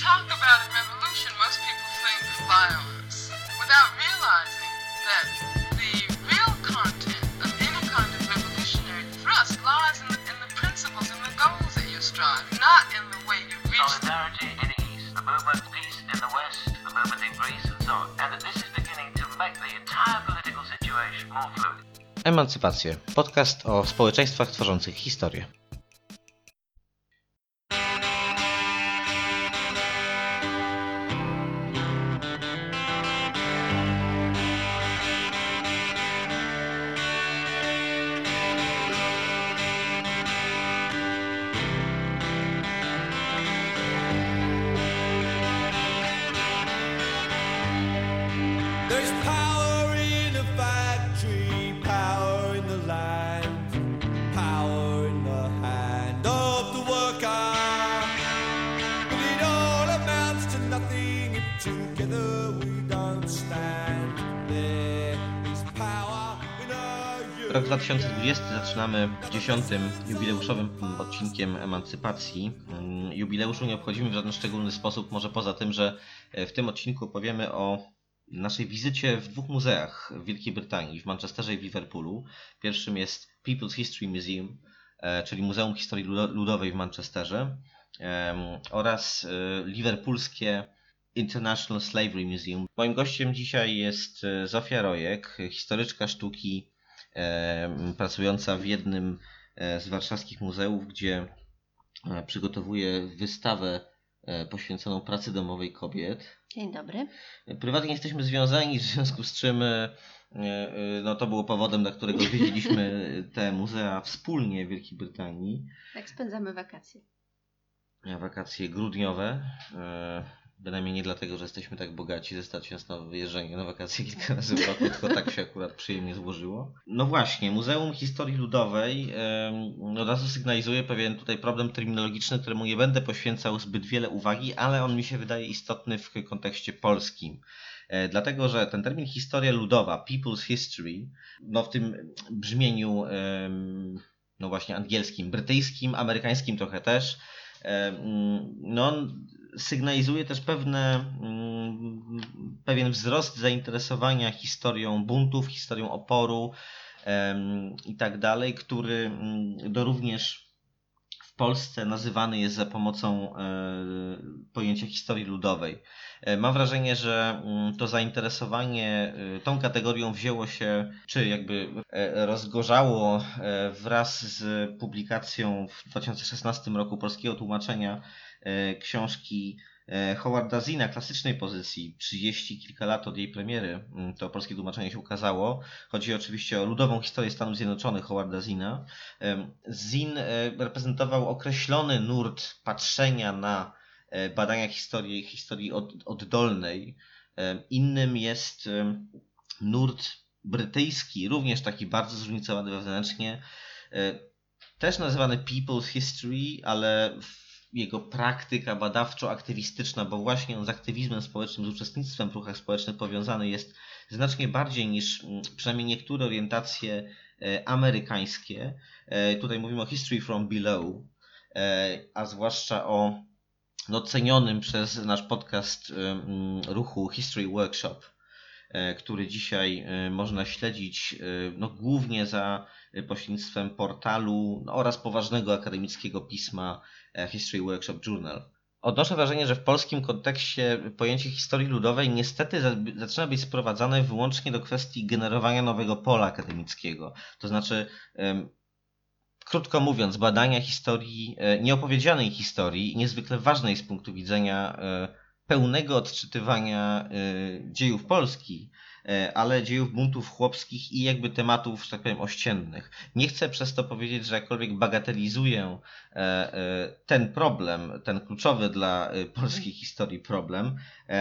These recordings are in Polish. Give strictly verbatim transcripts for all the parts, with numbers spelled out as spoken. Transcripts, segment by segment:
talk about a revolution, most people think violence, without realizing that the real content of any kind of revolutionary thrust lies in the, in the principles and the goals that you strive, not in the way you reach them. Solidarity in the East, the movement peace in the West, the movement in Greece and so on. And that this is beginning to make the entire political situation more fluid. Emancypacje. Podcast o społeczeństwach tworzących historię. There's power in the factory, power in the land, power in the hand of the worker. But it all amounts to nothing if together we don't stand. There is power in a Rok dwa tysiące dwudziesty zaczynamy dziesiątym jubileuszowym odcinkiem Emancypacji. Jubileuszu nie obchodzimy w żaden szczególny sposób, może poza tym, że w tym odcinku opowiemy o naszej wizycie w dwóch muzeach w Wielkiej Brytanii, w Manchesterze i w Liverpoolu. Pierwszym jest People's History Museum, czyli Muzeum Historii Ludowej w Manchesterze, oraz liverpoolskie International Slavery Museum. Moim gościem dzisiaj jest Zofia Rojek, historyczka sztuki, pracująca w jednym z warszawskich muzeów, gdzie przygotowuje wystawę poświęconą pracy domowej kobiet. Dzień dobry. Prywatnie jesteśmy związani, w związku z czym no, to było powodem, dla którego odwiedziliśmy te muzea wspólnie w Wielkiej Brytanii. Jak spędzamy wakacje? Wakacje grudniowe. Bynajmniej nie dlatego, że jesteśmy tak bogaci, ze stać nas na wyjeżdżanie na wakacje kilka razy w roku, tylko tak się akurat przyjemnie złożyło. No właśnie, Muzeum Historii Ludowej no, od razu sygnalizuje pewien tutaj problem terminologiczny, któremu nie będę poświęcał zbyt wiele uwagi, ale on mi się wydaje istotny w kontekście polskim. Dlatego, że ten termin historia ludowa, People's History, no w tym brzmieniu no właśnie angielskim, brytyjskim, amerykańskim trochę też, no sygnalizuje też pewne, pewien wzrost zainteresowania historią buntów, historią oporu i tak dalej, który do również w Polsce nazywany jest za pomocą pojęcia historii ludowej. Mam wrażenie, że to zainteresowanie tą kategorią wzięło się, czy jakby rozgorzało wraz z publikacją w dwa tysiące szesnastym roku polskiego tłumaczenia książki Howarda Zinna, klasycznej pozycji, trzydzieści kilka lat od jej premiery, to polskie tłumaczenie się ukazało. Chodzi oczywiście o ludową historię Stanów Zjednoczonych Howarda Zinna. Zinn reprezentował określony nurt patrzenia na badania historii, historii od, oddolnej. Innym jest nurt brytyjski, również taki bardzo zróżnicowany wewnętrznie, też nazywany People's History, ale jego praktyka badawczo-aktywistyczna, bo właśnie on z aktywizmem społecznym, z uczestnictwem w ruchach społecznych powiązany jest znacznie bardziej niż przynajmniej niektóre orientacje amerykańskie. Tutaj mówimy o History from Below, a zwłaszcza o no, cenionym przez nasz podcast ruchu History Workshop, który dzisiaj można śledzić no, głównie za pośrednictwem portalu no, oraz poważnego akademickiego pisma History Workshop Journal. Odnoszę wrażenie, że w polskim kontekście pojęcie historii ludowej niestety zaczyna być sprowadzane wyłącznie do kwestii generowania nowego pola akademickiego. To znaczy, krótko mówiąc, badania historii, nieopowiedzianej historii, niezwykle ważnej z punktu widzenia pełnego odczytywania dziejów Polski, ale dziejów buntów chłopskich i jakby tematów, że tak powiem, ościennych. Nie chcę przez to powiedzieć, że jakkolwiek bagatelizuję ten problem, ten kluczowy dla polskiej historii problem.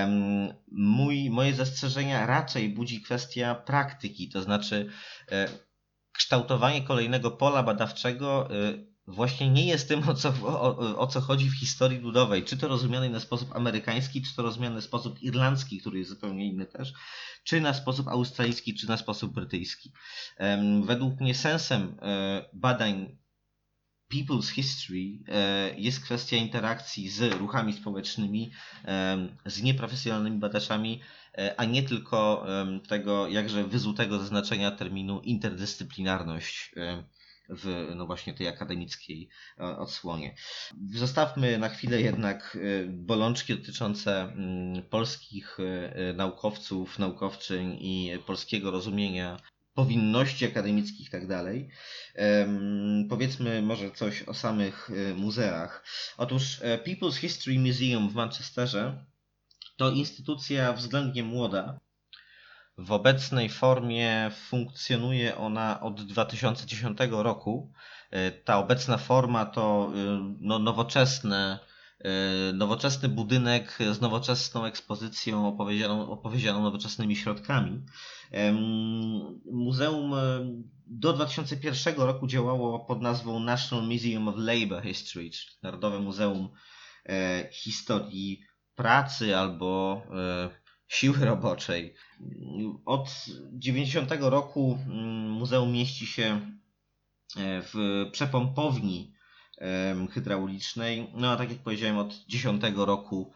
Mój, moje zastrzeżenia raczej budzi kwestia praktyki, to znaczy kształtowanie kolejnego pola badawczego właśnie nie jest tym, o co, o, o co chodzi w historii ludowej. Czy to rozumianej na sposób amerykański, czy to rozumiany na sposób irlandzki, który jest zupełnie inny też, czy na sposób australijski, czy na sposób brytyjski. Według mnie sensem badań People's History jest kwestia interakcji z ruchami społecznymi, z nieprofesjonalnymi badaczami, a nie tylko tego jakże wyzutego ze znaczenia terminu interdyscyplinarność w no właśnie tej akademickiej odsłonie. Zostawmy na chwilę jednak bolączki dotyczące polskich naukowców, naukowczyń i polskiego rozumienia powinności akademickich i tak dalej. Powiedzmy może coś o samych muzeach. Otóż People's History Museum w Manchesterze to instytucja względnie młoda. W obecnej formie funkcjonuje ona od dwa tysiące dziesiątego roku. Ta obecna forma to no, nowoczesne, nowoczesny budynek z nowoczesną ekspozycją opowiedzianą, opowiedzianą nowoczesnymi środkami. Muzeum do dwa tysiące pierwszego roku działało pod nazwą National Museum of Labour History, czyli Narodowe Muzeum Historii Pracy albo siły roboczej. Od dziewięćdziesiątego roku muzeum mieści się w przepompowni hydraulicznej. No a tak jak powiedziałem, od dziesiątego roku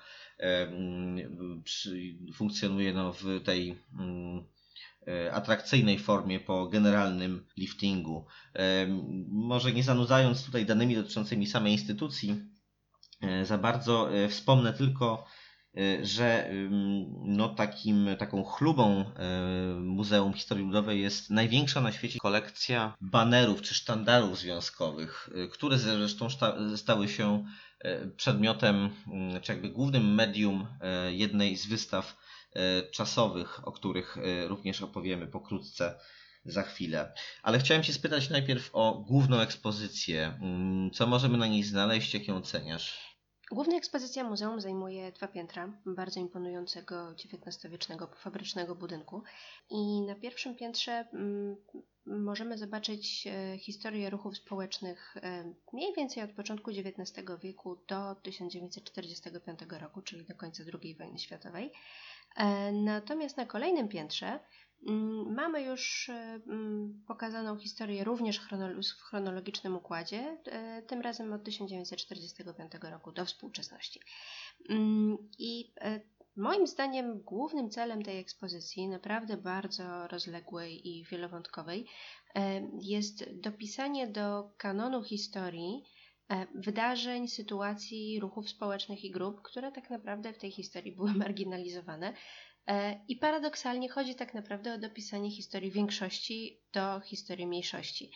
funkcjonuje no w tej atrakcyjnej formie po generalnym liftingu. Może nie zanudzając tutaj danymi dotyczącymi samej instytucji za bardzo, wspomnę tylko, że no takim, taką chlubą Muzeum Historii Ludowej jest największa na świecie kolekcja banerów czy sztandarów związkowych, które zresztą stały się przedmiotem, czy jakby głównym medium jednej z wystaw czasowych, o których również opowiemy pokrótce za chwilę. Ale chciałem Cię spytać najpierw o główną ekspozycję. Co możemy na niej znaleźć, jak ją oceniasz? Główna ekspozycja muzeum zajmuje dwa piętra bardzo imponującego dziewiętnastowiecznego fabrycznego budynku i na pierwszym piętrze mm, możemy zobaczyć e, historię ruchów społecznych e, mniej więcej od początku dziewiętnastego wieku do tysiąc dziewięćset czterdziestego piątego roku, czyli do końca drugiej wojny światowej. E, natomiast na kolejnym piętrze mamy już pokazaną historię również w chronologicznym układzie, tym razem od tysiąc dziewięćset czterdziestego piątego roku do współczesności. I moim zdaniem głównym celem tej ekspozycji, naprawdę bardzo rozległej i wielowątkowej, jest dopisanie do kanonu historii wydarzeń, sytuacji, ruchów społecznych i grup, które tak naprawdę w tej historii były marginalizowane. I paradoksalnie chodzi tak naprawdę o dopisanie historii większości do historii mniejszości.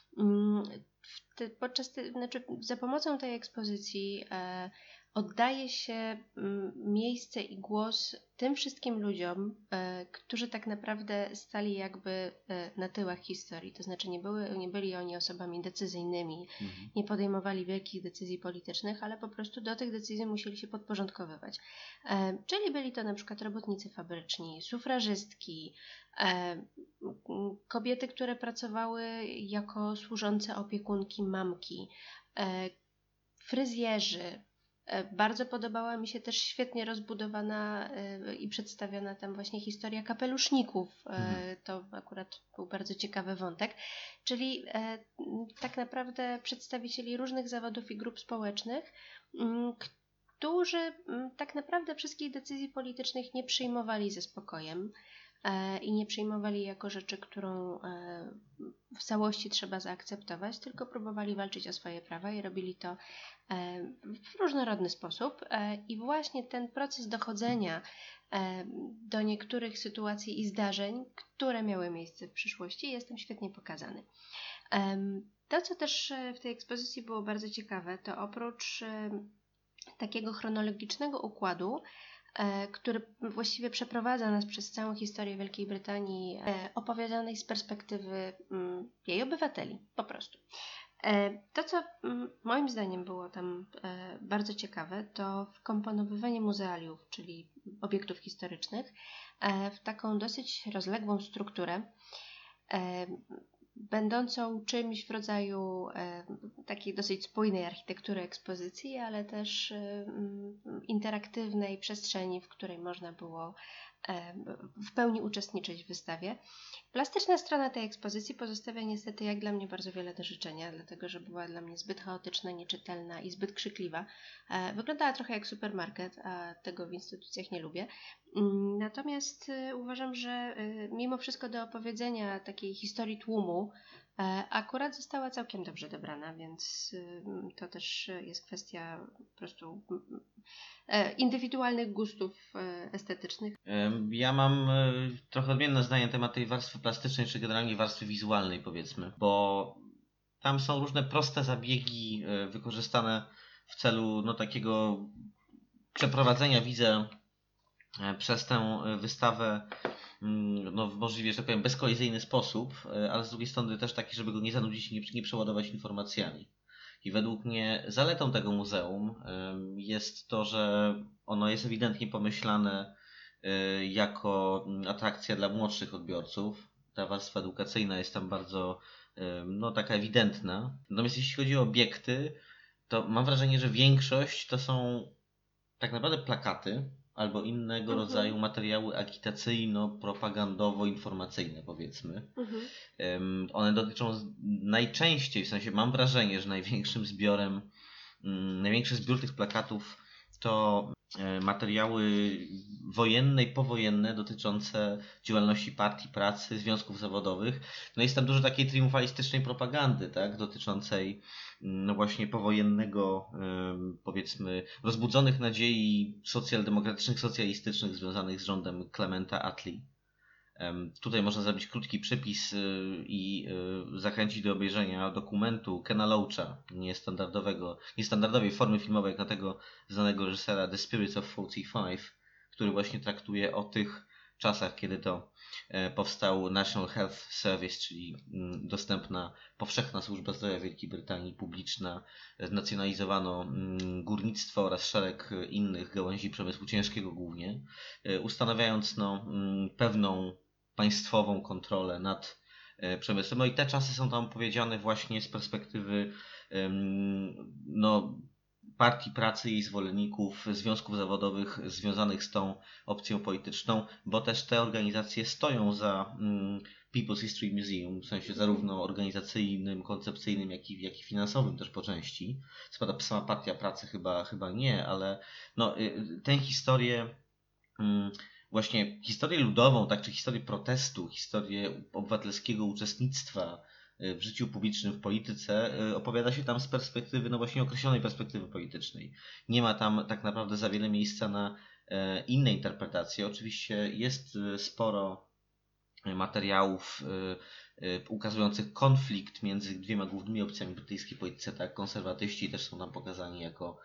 Podczas te, znaczy za pomocą tej ekspozycji e, oddaje się miejsce i głos tym wszystkim ludziom, e, którzy tak naprawdę stali jakby e, na tyłach historii. To znaczy nie, były, nie byli oni osobami decyzyjnymi, mhm. nie podejmowali wielkich decyzji politycznych, ale po prostu do tych decyzji musieli się podporządkowywać. E, czyli byli to na przykład robotnicy fabryczni, sufrażystki, e, kobiety, które pracowały jako służące opiekunki mamki, e, fryzjerzy. Bardzo podobała mi się też świetnie rozbudowana i przedstawiona tam właśnie historia kapeluszników. Mhm. To akurat był bardzo ciekawy wątek. Czyli tak naprawdę przedstawicieli różnych zawodów i grup społecznych, którzy tak naprawdę wszystkich decyzji politycznych nie przyjmowali ze spokojem i nie przyjmowali jako rzeczy, którą w całości trzeba zaakceptować, tylko próbowali walczyć o swoje prawa i robili to w różnorodny sposób. I właśnie ten proces dochodzenia do niektórych sytuacji i zdarzeń, które miały miejsce w przyszłości, jest tam świetnie pokazany. To, co też w tej ekspozycji było bardzo ciekawe, to oprócz takiego chronologicznego układu, który właściwie przeprowadza nas przez całą historię Wielkiej Brytanii, opowiadanej z perspektywy jej obywateli, po prostu. To, co moim zdaniem było tam bardzo ciekawe, to wkomponowywanie muzealiów, czyli obiektów historycznych, w taką dosyć rozległą strukturę, będącą czymś w rodzaju e, takiej dosyć spójnej architektury ekspozycji, ale też e, interaktywnej przestrzeni, w której można było w pełni uczestniczyć w wystawie. Plastyczna strona tej ekspozycji pozostawia niestety jak dla mnie bardzo wiele do życzenia, dlatego że była dla mnie zbyt chaotyczna, nieczytelna i zbyt krzykliwa. Wyglądała trochę jak supermarket, a tego w instytucjach nie lubię. Natomiast uważam, że mimo wszystko do opowiedzenia takiej historii tłumu akurat została całkiem dobrze dobrana, więc to też jest kwestia po prostu indywidualnych gustów estetycznych. Ja mam trochę odmienne zdanie na temat tej warstwy plastycznej, czy generalnie warstwy wizualnej, powiedzmy, bo tam są różne proste zabiegi wykorzystane w celu no, takiego przeprowadzenia, widzę, przez tę wystawę no, w możliwie, że tak powiem, bezkolizyjny sposób, ale z drugiej strony też taki, żeby go nie zanudzić i nie, nie przeładować informacjami. I według mnie zaletą tego muzeum jest to, że ono jest ewidentnie pomyślane jako atrakcja dla młodszych odbiorców. Ta warstwa edukacyjna jest tam bardzo no, taka ewidentna. Natomiast jeśli chodzi o obiekty, to mam wrażenie, że większość to są tak naprawdę plakaty albo innego mhm. rodzaju materiały agitacyjno-propagandowo-informacyjne, powiedzmy. Mhm. Um, one dotyczą najczęściej, w sensie mam wrażenie, że największym zbiorem, um, największy zbiór tych plakatów to um, materiały wojenne i powojenne dotyczące działalności partii pracy, związków zawodowych. No jest tam dużo takiej triumfalistycznej propagandy, tak, dotyczącej no właśnie powojennego, powiedzmy, rozbudzonych nadziei socjaldemokratycznych, socjalistycznych związanych z rządem Clementa Attlee. Tutaj można zrobić krótki przypis i zachęcić do obejrzenia dokumentu Kena Loacha, niestandardowego, niestandardowej formy filmowej, jak na tego znanego reżysera The Spirits of czterdzieści pięć, który właśnie traktuje o tych czasach, kiedy to powstał National Health Service, czyli dostępna powszechna służba zdrowia w Wielkiej Brytanii, publiczna, znacjonalizowano górnictwo oraz szereg innych gałęzi przemysłu ciężkiego głównie, ustanawiając no, pewną państwową kontrolę nad przemysłem. No i te czasy są tam opowiedziane właśnie z perspektywy no, partii pracy i jej zwolenników, związków zawodowych związanych z tą opcją polityczną, bo też te organizacje stoją za mm, People's History Museum, w sensie zarówno organizacyjnym, koncepcyjnym, jak i, jak i finansowym też po części. Spada sama partia pracy chyba, chyba nie, ale no, y, tę historię, y, właśnie historię ludową, tak, czy historię protestu, historię obywatelskiego uczestnictwa w życiu publicznym, w polityce, opowiada się tam z perspektywy, no właśnie określonej perspektywy politycznej. Nie ma tam tak naprawdę za wiele miejsca na inne interpretacje. Oczywiście jest sporo materiałów ukazujących konflikt między dwiema głównymi opcjami brytyjskiej polityce, tak, konserwatyści też są tam pokazani jako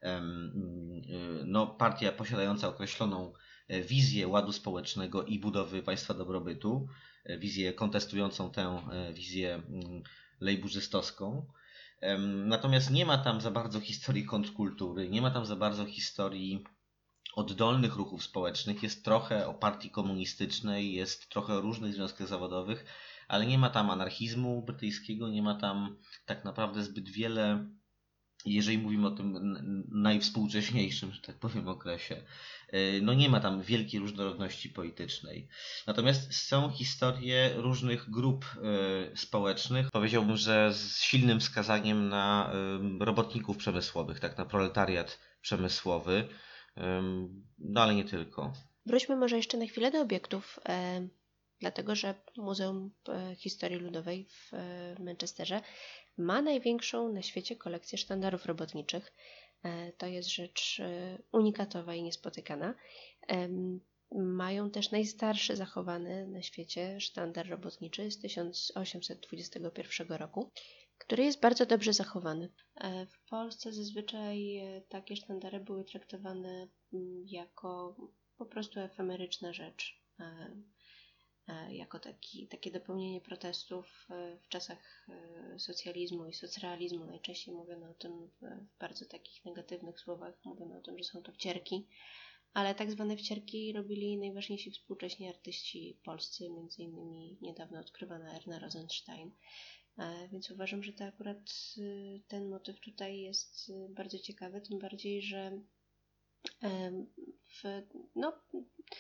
no, partia posiadająca określoną wizję ładu społecznego i budowy państwa dobrobytu, wizję kontestującą tę wizję lejburzystowską. Natomiast nie ma tam za bardzo historii kontrkultury, nie ma tam za bardzo historii oddolnych ruchów społecznych, jest trochę o partii komunistycznej, jest trochę o różnych związkach zawodowych, ale nie ma tam anarchizmu brytyjskiego, nie ma tam tak naprawdę zbyt wiele, jeżeli mówimy o tym najwspółcześniejszym, że tak powiem, okresie, no nie ma tam wielkiej różnorodności politycznej. Natomiast są historie różnych grup społecznych, powiedziałbym, że z silnym wskazaniem na robotników przemysłowych, tak, na proletariat przemysłowy, no ale nie tylko. Wróćmy może jeszcze na chwilę do obiektów, e, dlatego że Muzeum Historii Ludowej w Manchesterze ma największą na świecie kolekcję sztandarów robotniczych. E, to jest rzecz unikatowa i niespotykana. E, mają też najstarszy zachowany na świecie sztandar robotniczy z tysiąc osiemset dwudziestego pierwszego roku, który jest bardzo dobrze zachowany. W Polsce zazwyczaj takie sztandary były traktowane jako po prostu efemeryczna rzecz, jako taki, takie dopełnienie protestów w czasach socjalizmu i socrealizmu. Najczęściej mówiono o tym w bardzo takich negatywnych słowach, mówiono o tym, że są to wcierki, ale tak zwane wcierki robili najważniejsi współcześni artyści polscy, między innymi niedawno odkrywana Erna Rosenstein. Więc uważam, że to akurat ten motyw tutaj jest bardzo ciekawy, tym bardziej, że w, no,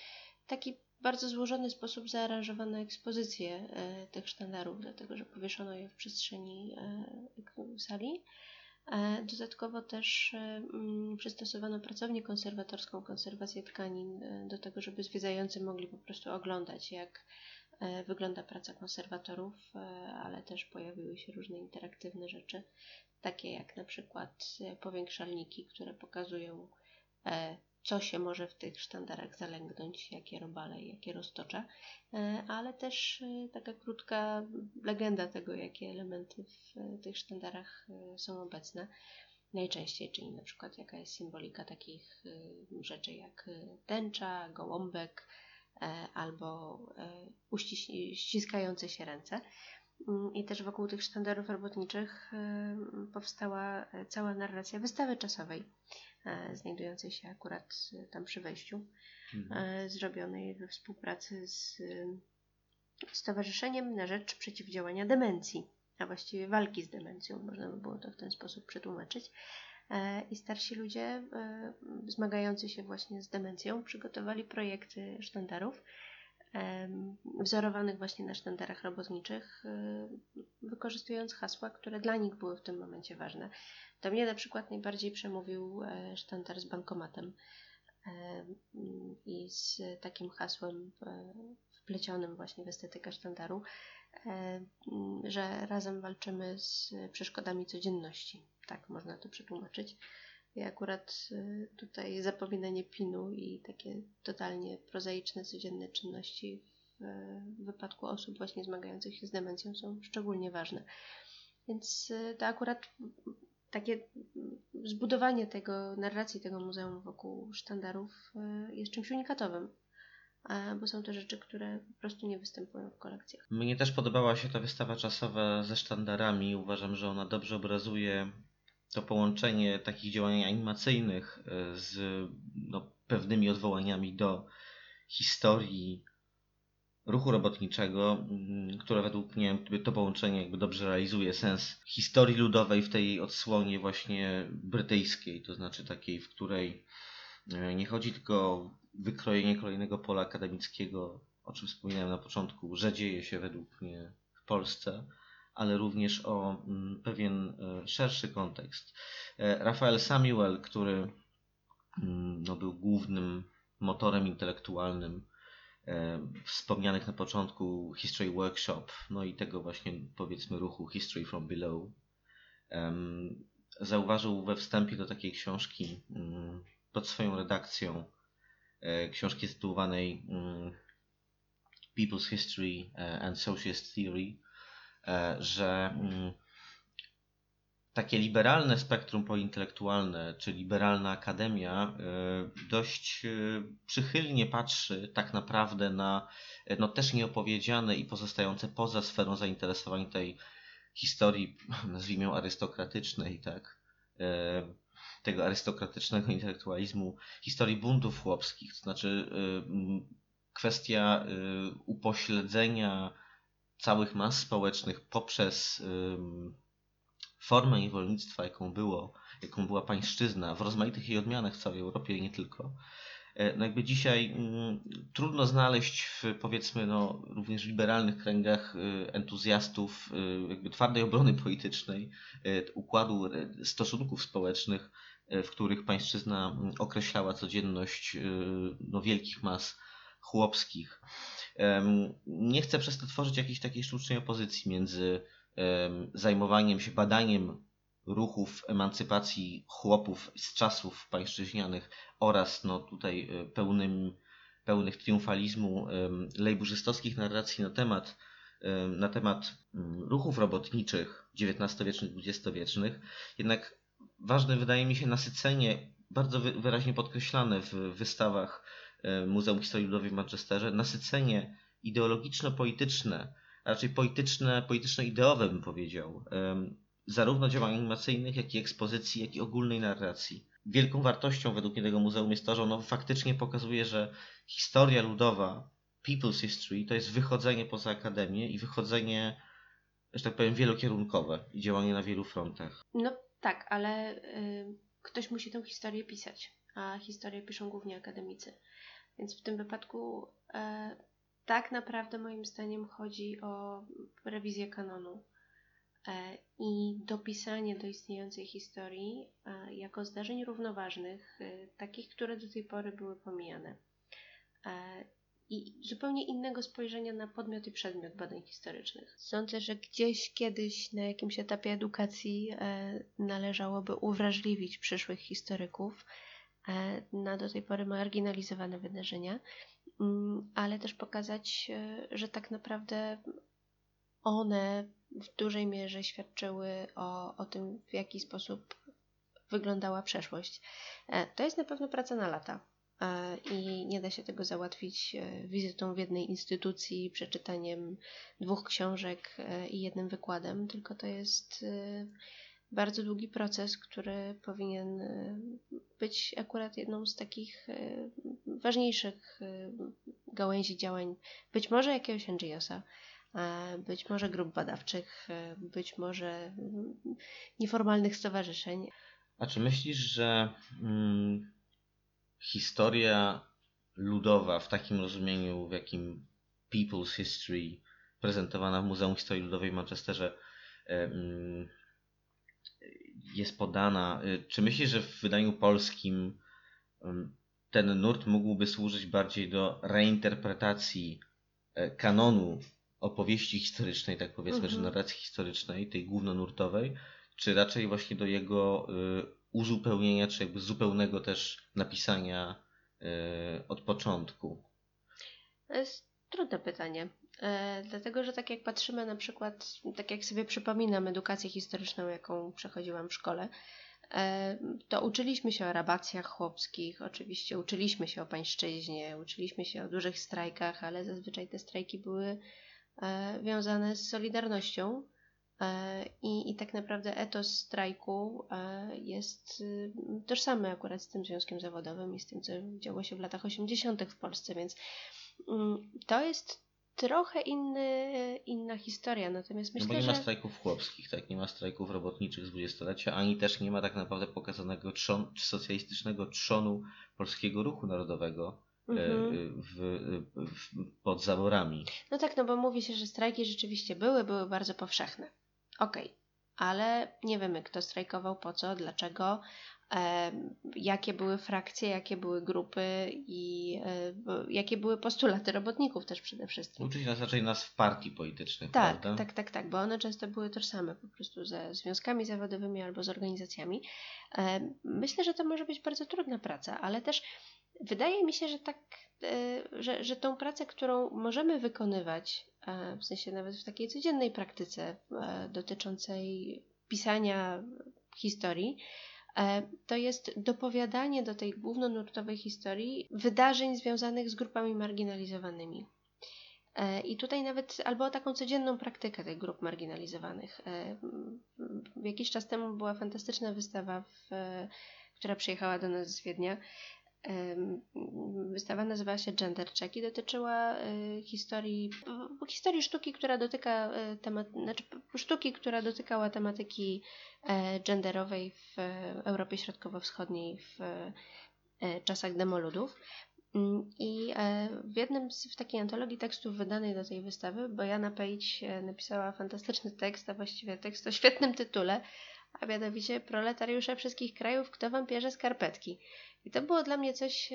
taki bardzo złożony sposób zaaranżowane ekspozycje e, tych sztandarów, dlatego że powieszono je w przestrzeni e, sali. E, dodatkowo też e, m, przystosowano pracownię konserwatorską, konserwację tkanin e, do tego, żeby zwiedzający mogli po prostu oglądać, jak e, wygląda praca konserwatorów, e, ale też pojawiły się różne interaktywne rzeczy, takie jak na przykład e, powiększalniki, które pokazują e, co się może w tych sztandarach zalęgnąć, jakie robale, jakie roztocze, ale też taka krótka legenda tego, jakie elementy w tych sztandarach są obecne najczęściej, czyli na przykład jaka jest symbolika takich rzeczy jak tęcza, gołąbek albo uściskające się ręce. I też wokół tych sztandarów robotniczych powstała cała narracja wystawy czasowej, znajdującej się akurat tam przy wejściu, mhm. zrobionej we współpracy z Stowarzyszeniem na Rzecz Przeciwdziałania Demencji, a właściwie walki z demencją, można by było to w ten sposób przetłumaczyć. I starsi ludzie zmagający się właśnie z demencją przygotowali projekty sztandarów, wzorowanych właśnie na sztandarach robotniczych, wykorzystując hasła, które dla nich były w tym momencie ważne. Do mnie na przykład najbardziej przemówił sztandar z bankomatem i z takim hasłem wplecionym właśnie w estetykę sztandaru, że razem walczymy z przeszkodami codzienności. Tak można to przetłumaczyć. I akurat tutaj zapominanie pinu i takie totalnie prozaiczne, codzienne czynności w wypadku osób właśnie zmagających się z demencją są szczególnie ważne. Więc to akurat takie zbudowanie tego, narracji tego muzeum wokół sztandarów jest czymś unikatowym, bo są to rzeczy, które po prostu nie występują w kolekcjach. Mnie też podobała się ta wystawa czasowa ze sztandarami. Uważam, że ona dobrze obrazuje to połączenie takich działań animacyjnych z no, pewnymi odwołaniami do historii ruchu robotniczego, które według mnie to połączenie jakby dobrze realizuje sens historii ludowej w tej odsłonie właśnie brytyjskiej, to znaczy takiej, w której nie chodzi tylko o wykrojenie kolejnego pola akademickiego, o czym wspominałem na początku, że dzieje się według mnie w Polsce, ale również o pewien szerszy kontekst. Raphael Samuel, który no, był głównym motorem intelektualnym wspomnianych na początku History Workshop, no i tego właśnie powiedzmy ruchu History from Below, zauważył we wstępie do takiej książki pod swoją redakcją, książki tytułowanej People's History and Socialist Theory, że takie liberalne spektrum pointelektualne, czy liberalna akademia dość przychylnie patrzy tak naprawdę na no też nieopowiedziane i pozostające poza sferą zainteresowań tej historii, nazwijmy ją arystokratycznej, tak, tego arystokratycznego intelektualizmu, historii buntów chłopskich, to znaczy kwestia upośledzenia całych mas społecznych poprzez formę niewolnictwa, jaką było, jaką była pańszczyzna w rozmaitych jej odmianach w całej Europie i nie tylko. No jakby dzisiaj mm, trudno znaleźć w powiedzmy no, również liberalnych kręgach y, entuzjastów y, jakby twardej obrony politycznej, y, układu y, stosunków społecznych, y, w których pańszczyzna y, określała codzienność y, no, wielkich mas chłopskich. Y, nie chcę przez to tworzyć jakiejś takiej sztucznej opozycji między zajmowaniem się badaniem ruchów emancypacji chłopów z czasów pańszczyźnianych oraz no tutaj pełnym, pełnych triumfalizmu lejburzystowskich narracji na temat, na temat ruchów robotniczych dziewiętnastowiecznych, dwudziestowiecznych. Jednak ważne wydaje mi się nasycenie, bardzo wyraźnie podkreślane w wystawach Muzeum Historii Ludowej w Manchesterze, nasycenie ideologiczno-polityczne, a raczej polityczne, polityczno-ideowe bym powiedział, zarówno działań animacyjnych, jak i ekspozycji, jak i ogólnej narracji. Wielką wartością według mnie tego muzeum jest to, że ono faktycznie pokazuje, że historia ludowa, people's history, to jest wychodzenie poza akademię i wychodzenie, że tak powiem, wielokierunkowe i działanie na wielu frontach. No tak, ale y, ktoś musi tę historię pisać, a historię piszą głównie akademicy. Więc w tym wypadku e, tak naprawdę moim zdaniem chodzi o rewizję kanonu e, i dopisanie do istniejącej historii e, jako zdarzeń równoważnych, e, takich, które do tej pory były pomijane. E, I zupełnie innego spojrzenia na podmiot i przedmiot badań historycznych. Sądzę, że gdzieś kiedyś na jakimś etapie edukacji e, należałoby uwrażliwić przyszłych historyków e, na do tej pory marginalizowane wydarzenia, mm, ale też pokazać, e, że tak naprawdę one w dużej mierze świadczyły o, o tym, w jaki sposób wyglądała przeszłość. E, to jest na pewno praca na lata. I nie da się tego załatwić wizytą w jednej instytucji, przeczytaniem dwóch książek i jednym wykładem, tylko to jest bardzo długi proces, który powinien być akurat jedną z takich ważniejszych gałęzi działań, być może jakiegoś N G O S-a, być może grup badawczych, być może nieformalnych stowarzyszeń. A czy myślisz, że mm, historia ludowa w takim rozumieniu, w jakim People's History prezentowana w Muzeum Historii Ludowej w Manchesterze mm, jest podana, czy myślisz, że w wydaniu polskim ten nurt mógłby służyć bardziej do reinterpretacji kanonu opowieści historycznej, tak powiedzmy, Mhm. że narracji historycznej, tej głównonurtowej, czy raczej właśnie do jego y, uzupełnienia, czy jakby zupełnego też napisania y, od początku? To jest trudne pytanie, e, dlatego że tak jak patrzymy na przykład, tak jak sobie przypominam edukację historyczną, jaką przechodziłam w szkole, e, to uczyliśmy się o rabacjach chłopskich, oczywiście uczyliśmy się o pańszczyźnie, uczyliśmy się o dużych strajkach, ale zazwyczaj te strajki były e, wiązane z Solidarnością e, i, i tak naprawdę etos strajku e, jest y, tożsamy akurat z tym związkiem zawodowym i z tym, co działo się w latach osiemdziesiątych w Polsce, więc to jest trochę inny, inna historia, natomiast No myślę, bo nie ma że... strajków chłopskich, tak? Nie ma strajków robotniczych z dwudziestolecia, ani też nie ma tak naprawdę pokazanego trzon, socjalistycznego trzonu polskiego ruchu narodowego Mhm. w, w, w, pod zaborami. No tak, no bo mówi się, że strajki rzeczywiście były, były bardzo powszechne. Okej, okay. Ale nie wiemy, kto strajkował, po co, dlaczego, e, jakie były frakcje, jakie były grupy i e, jakie były postulaty robotników też przede wszystkim. Uczyć nas raczej nas w partii politycznych, tak, prawda? Tak, tak, tak, bo one często były tożsame po prostu ze związkami zawodowymi albo z organizacjami. E, myślę, że to może być bardzo trudna praca, ale też wydaje mi się, że tak, że, że tą pracę, którą możemy wykonywać, w sensie nawet w takiej codziennej praktyce dotyczącej pisania historii, to jest dopowiadanie do tej głównonurtowej historii wydarzeń związanych z grupami marginalizowanymi. I tutaj nawet albo o taką codzienną praktykę tych grup marginalizowanych. Jakiś czas temu była fantastyczna wystawa, w, która przyjechała do nas z Wiednia. Wystawa nazywała się Gender Check i dotyczyła historii, historii sztuki, która dotyka temat, znaczy sztuki, która dotykała tematyki genderowej w Europie Środkowo-Wschodniej w czasach demoludów. I w jednym z w takiej antologii tekstów wydanej do tej wystawy Bojana Pejć napisała fantastyczny tekst, a właściwie tekst o świetnym tytule, a mianowicie Proletariusze wszystkich krajów, kto wam pierze skarpetki. I to było dla mnie coś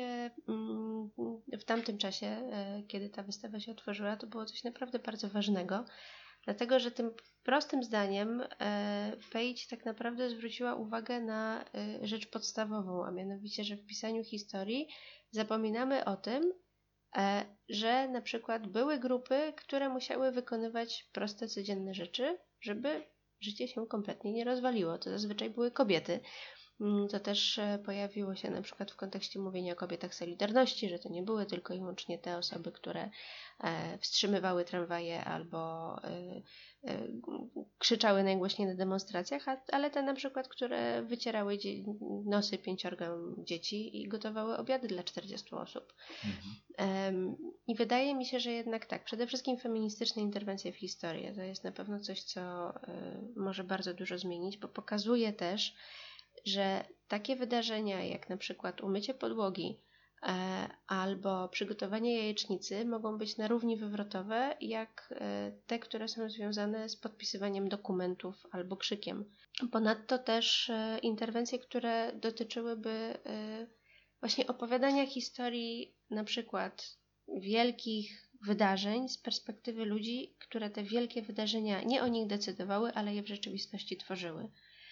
w tamtym czasie, kiedy ta wystawa się otworzyła, to było coś naprawdę bardzo ważnego, dlatego że tym prostym zdaniem Pejć tak naprawdę zwróciła uwagę na rzecz podstawową, a mianowicie, że w pisaniu historii zapominamy o tym, że na przykład były grupy, które musiały wykonywać proste, codzienne rzeczy, żeby życie się kompletnie nie rozwaliło. To zazwyczaj były kobiety. To też pojawiło się na przykład w kontekście mówienia o kobietach Solidarności, że to nie były tylko i wyłącznie te osoby, które wstrzymywały tramwaje albo krzyczały najgłośniej na demonstracjach, ale te na przykład, które wycierały nosy pięciorgom dzieci i gotowały obiady dla czterdziestu osób. Mhm. I wydaje mi się, że jednak tak, przede wszystkim feministyczne interwencje w historię to jest na pewno coś, co może bardzo dużo zmienić, bo pokazuje też, że takie wydarzenia jak na przykład umycie podłogi albo przygotowanie jajecznicy mogą być na równi wywrotowe, jak te, które są związane z podpisywaniem dokumentów albo krzykiem. Ponadto też interwencje, które dotyczyłyby właśnie opowiadania historii na przykład wielkich wydarzeń z perspektywy ludzi, które te wielkie wydarzenia nie o nich decydowały, ale je w rzeczywistości tworzyły.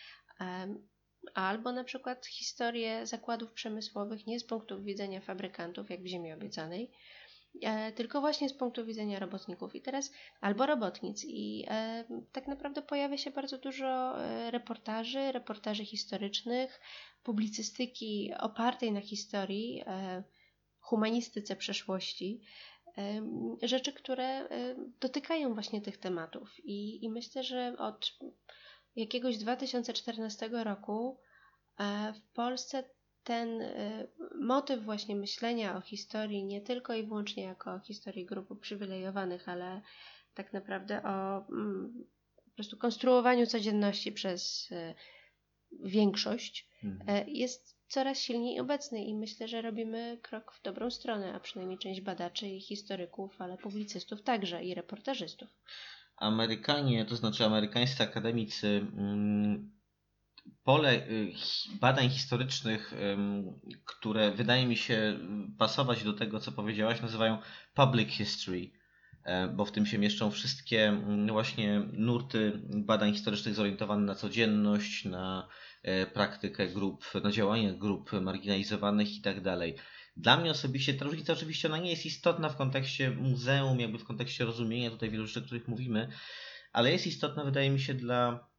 Albo na przykład historię zakładów przemysłowych nie z punktu widzenia fabrykantów, jak w Ziemi Obiecanej, tylko właśnie z punktu widzenia robotników. I teraz albo robotnic. I e, tak naprawdę pojawia się bardzo dużo reportaży, reportaży historycznych, publicystyki opartej na historii, e, humanistyce przeszłości, e, rzeczy, które e, dotykają właśnie tych tematów. I, i myślę, że od jakiegoś dwa tysiące czternastego roku e, w Polsce ten y, motyw właśnie myślenia o historii nie tylko i wyłącznie jako o historii grup uprzywilejowanych, ale tak naprawdę o mm, po prostu konstruowaniu codzienności przez y, większość mhm. y, jest coraz silniej obecny i myślę, że robimy krok w dobrą stronę, a przynajmniej część badaczy i historyków, ale publicystów także i reportażystów. Amerykanie, to znaczy amerykańscy akademicy mm, pole badań historycznych, które wydaje mi się pasować do tego, co powiedziałaś, nazywają public history, bo w tym się mieszczą wszystkie właśnie nurty badań historycznych zorientowane na codzienność, na praktykę grup, na działanie grup marginalizowanych i tak dalej. Dla mnie osobiście ta różnica oczywiście ona nie jest istotna w kontekście muzeum, jakby w kontekście rozumienia tutaj wielu rzeczy, o których mówimy, ale jest istotna, wydaje mi się, dla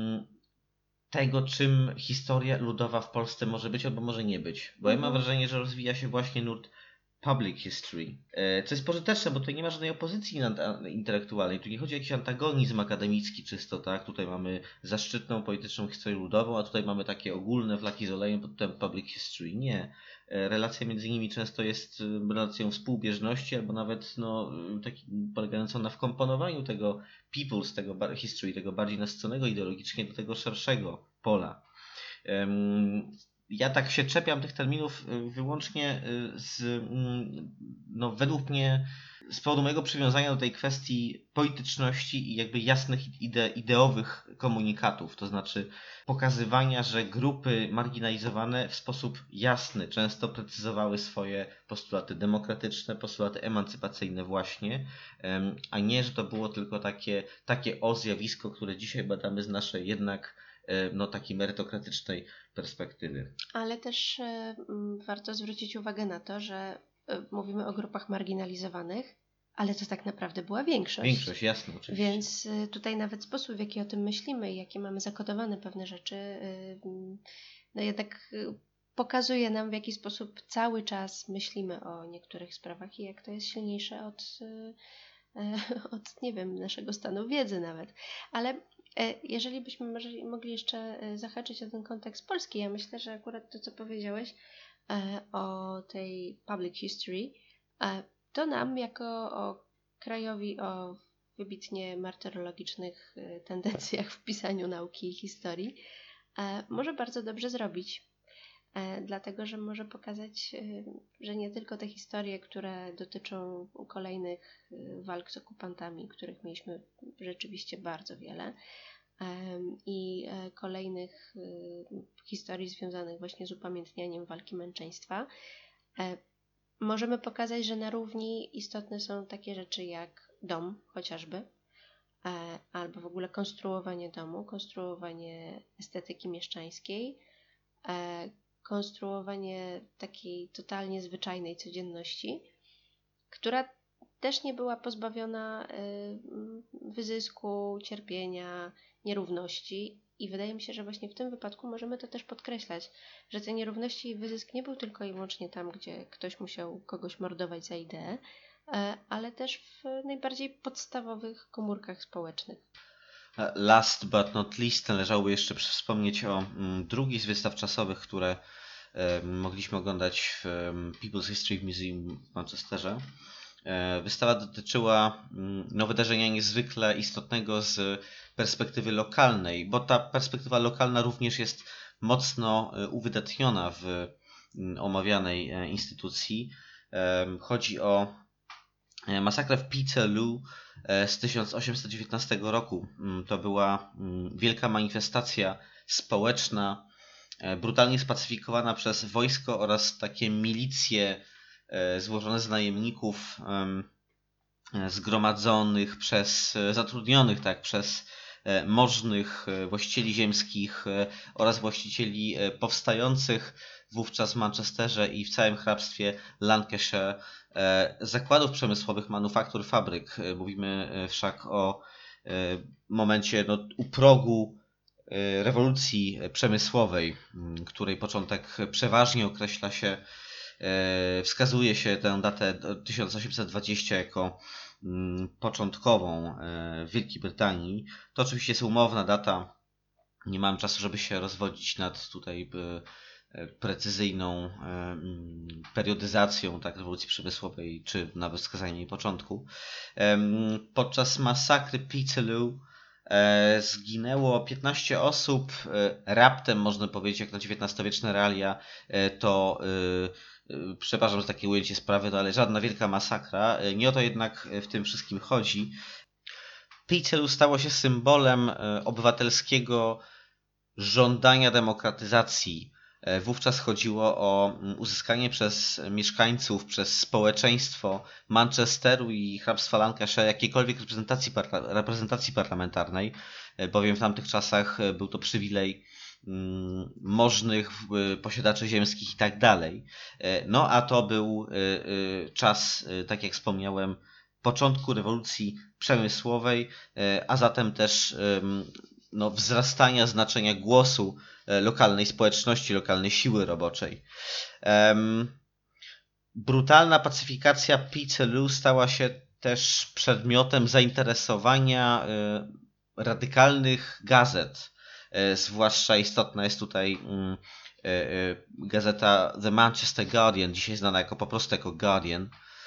tego, czym historia ludowa w Polsce może być albo może nie być. Bo ja mam wrażenie, że rozwija się właśnie nurt public history. Co jest pożyteczne, bo tutaj nie ma żadnej opozycji intelektualnej. Tu nie chodzi o jakiś antagonizm akademicki czysto, tak? Tutaj mamy zaszczytną polityczną historię ludową, a tutaj mamy takie ogólne flaki z olejem pod tytułem public history. Nie. Relacja między nimi często jest relacją współbieżności albo nawet no, taki, polegającą na wkomponowaniu tego people's, tego history, tego bardziej nasyconego ideologicznie do tego szerszego pola. Um, Ja tak się czepiam tych terminów wyłącznie z, no według mnie, z powodu mojego przywiązania do tej kwestii polityczności i jakby jasnych ide, ideowych komunikatów, to znaczy pokazywania, że grupy marginalizowane w sposób jasny często precyzowały swoje postulaty demokratyczne, postulaty emancypacyjne właśnie, a nie, że to było tylko takie, takie o zjawisko, które dzisiaj badamy z naszej jednak no takiej merytokratycznej perspektywy. Ale też y, warto zwrócić uwagę na to, że y, mówimy o grupach marginalizowanych, ale to tak naprawdę była większość. Większość, jasne, oczywiście. Więc y, tutaj nawet sposób, w jaki o tym myślimy i jakie mamy zakodowane pewne rzeczy, y, no jednak y, pokazuje nam, w jaki sposób cały czas myślimy o niektórych sprawach i jak to jest silniejsze od, y, y, od nie wiem, naszego stanu wiedzy nawet. Ale jeżeli byśmy mogli jeszcze zahaczyć o ten kontekst polski, ja myślę, że akurat to, co powiedziałeś o tej public history, to nam jako o krajowi o wybitnie martyrologicznych tendencjach w pisaniu nauki i historii może bardzo dobrze zrobić. Dlatego, że może pokazać, że nie tylko te historie, które dotyczą kolejnych walk z okupantami, których mieliśmy rzeczywiście bardzo wiele, i kolejnych historii związanych właśnie z upamiętnianiem walki męczeństwa, możemy pokazać, że na równi istotne są takie rzeczy jak dom chociażby, albo w ogóle konstruowanie domu, konstruowanie estetyki mieszczańskiej, konstruowanie takiej totalnie zwyczajnej codzienności, która też nie była pozbawiona wyzysku, cierpienia, nierówności i wydaje mi się, że właśnie w tym wypadku możemy to też podkreślać, że te nierówności i wyzysk nie był tylko i wyłącznie tam, gdzie ktoś musiał kogoś mordować za ideę, ale też w najbardziej podstawowych komórkach społecznych. Last but not least należałoby jeszcze wspomnieć o drugiej z wystaw czasowych, które mogliśmy oglądać w People's History Museum w Manchesterze. Wystawa dotyczyła no, wydarzenia niezwykle istotnego z perspektywy lokalnej, bo ta perspektywa lokalna również jest mocno uwydatniona w omawianej instytucji. Chodzi o masakrę w Peterloo z tysiąc osiemset dziewiętnastego roku. To była wielka manifestacja społeczna, brutalnie spacyfikowana przez wojsko oraz takie milicje złożone z najemników zgromadzonych przez, zatrudnionych tak, przez możnych właścicieli ziemskich oraz właścicieli powstających wówczas w Manchesterze i w całym hrabstwie Lancashire zakładów przemysłowych, manufaktur, fabryk. Mówimy wszak o momencie no, u progu rewolucji przemysłowej, której początek przeważnie określa się, wskazuje się tę datę tysiąc osiemset dwudziestą jako początkową w Wielkiej Brytanii. To oczywiście jest umowna data. Nie mam czasu, żeby się rozwodzić nad tutaj precyzyjną periodyzacją tak, rewolucji przemysłowej, czy nawet wskazaniem jej początku. Podczas masakry Peterloo zginęło piętnaście osób. Raptem, można powiedzieć, jak na dziewiętnastowieczne realia, to przepraszam za takie ujęcie sprawy, no ale żadna wielka masakra. Nie o to jednak w tym wszystkim chodzi. Peterloo stało się symbolem obywatelskiego żądania demokratyzacji. Wówczas chodziło o uzyskanie przez mieszkańców, przez społeczeństwo Manchesteru i hrabstwa Lancashire jakiejkolwiek reprezentacji, parla- reprezentacji parlamentarnej, bowiem w tamtych czasach był to przywilej możnych posiadaczy ziemskich i tak dalej. No a to był czas, tak jak wspomniałem, początku rewolucji przemysłowej, a zatem też no, wzrastania znaczenia głosu lokalnej społeczności, lokalnej siły roboczej. Um, brutalna pacyfikacja Peterloo stała się też przedmiotem zainteresowania y, radykalnych gazet. Y, zwłaszcza istotna jest tutaj y, y, gazeta The Manchester Guardian, dzisiaj znana jako po prostu jako Guardian,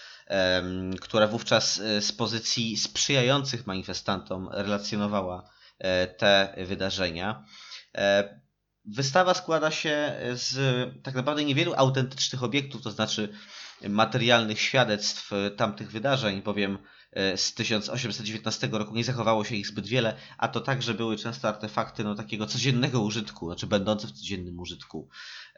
y, która wówczas y, z pozycji sprzyjających manifestantom relacjonowała y, te wydarzenia. Y, Wystawa składa się z tak naprawdę niewielu autentycznych obiektów, to znaczy materialnych świadectw tamtych wydarzeń, bowiem z tysiąc osiemset dziewiętnastego roku nie zachowało się ich zbyt wiele, a to także były często artefakty no, takiego codziennego użytku, znaczy będące w codziennym użytku.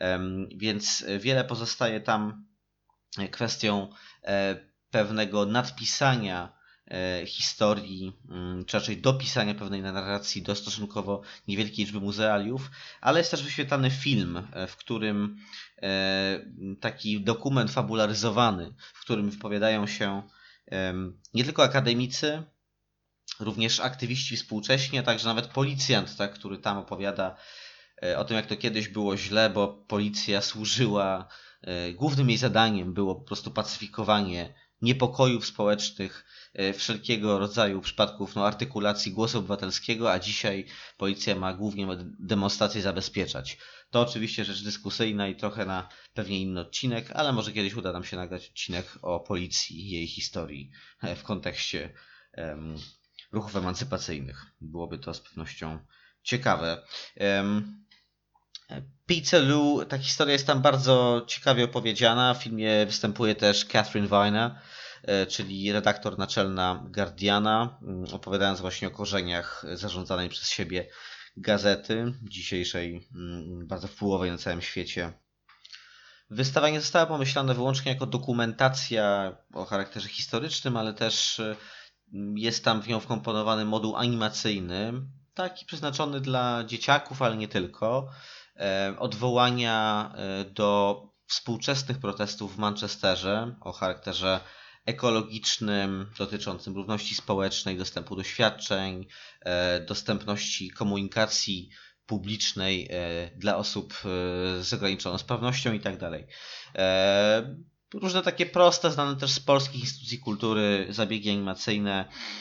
Więc wiele pozostaje tam kwestią pewnego nadpisania historii, czy raczej dopisania pewnej narracji do stosunkowo niewielkiej liczby muzealiów, ale jest też wyświetlany film, w którym taki dokument fabularyzowany, w którym wypowiadają się nie tylko akademicy, również aktywiści współcześni, a także nawet policjant, tak, który tam opowiada o tym, jak to kiedyś było źle, bo policja służyła, głównym jej zadaniem było po prostu pacyfikowanie niepokojów społecznych, wszelkiego rodzaju przypadków no, artykulacji głosu obywatelskiego, a dzisiaj policja ma głównie demonstracje zabezpieczać. To oczywiście rzecz dyskusyjna i trochę na pewnie inny odcinek, ale może kiedyś uda nam się nagrać odcinek o policji i jej historii w kontekście um, ruchów emancypacyjnych. Byłoby to z pewnością ciekawe. Um, Peterloo, ta historia jest tam bardzo ciekawie opowiedziana. W filmie występuje też Catherine Viner, czyli redaktor naczelna Guardiana, opowiadając właśnie o korzeniach zarządzanej przez siebie gazety, dzisiejszej bardzo wpływowej na całym świecie. Wystawa nie została pomyślana wyłącznie jako dokumentacja o charakterze historycznym, ale też jest tam w nią wkomponowany moduł animacyjny, taki przeznaczony dla dzieciaków, ale nie tylko. Odwołania do współczesnych protestów w Manchesterze o charakterze ekologicznym, dotyczącym równości społecznej, dostępu do świadczeń, dostępności komunikacji publicznej dla osób z ograniczoną sprawnością itd. Różne takie proste, znane też z polskich instytucji kultury, zabiegi animacyjne,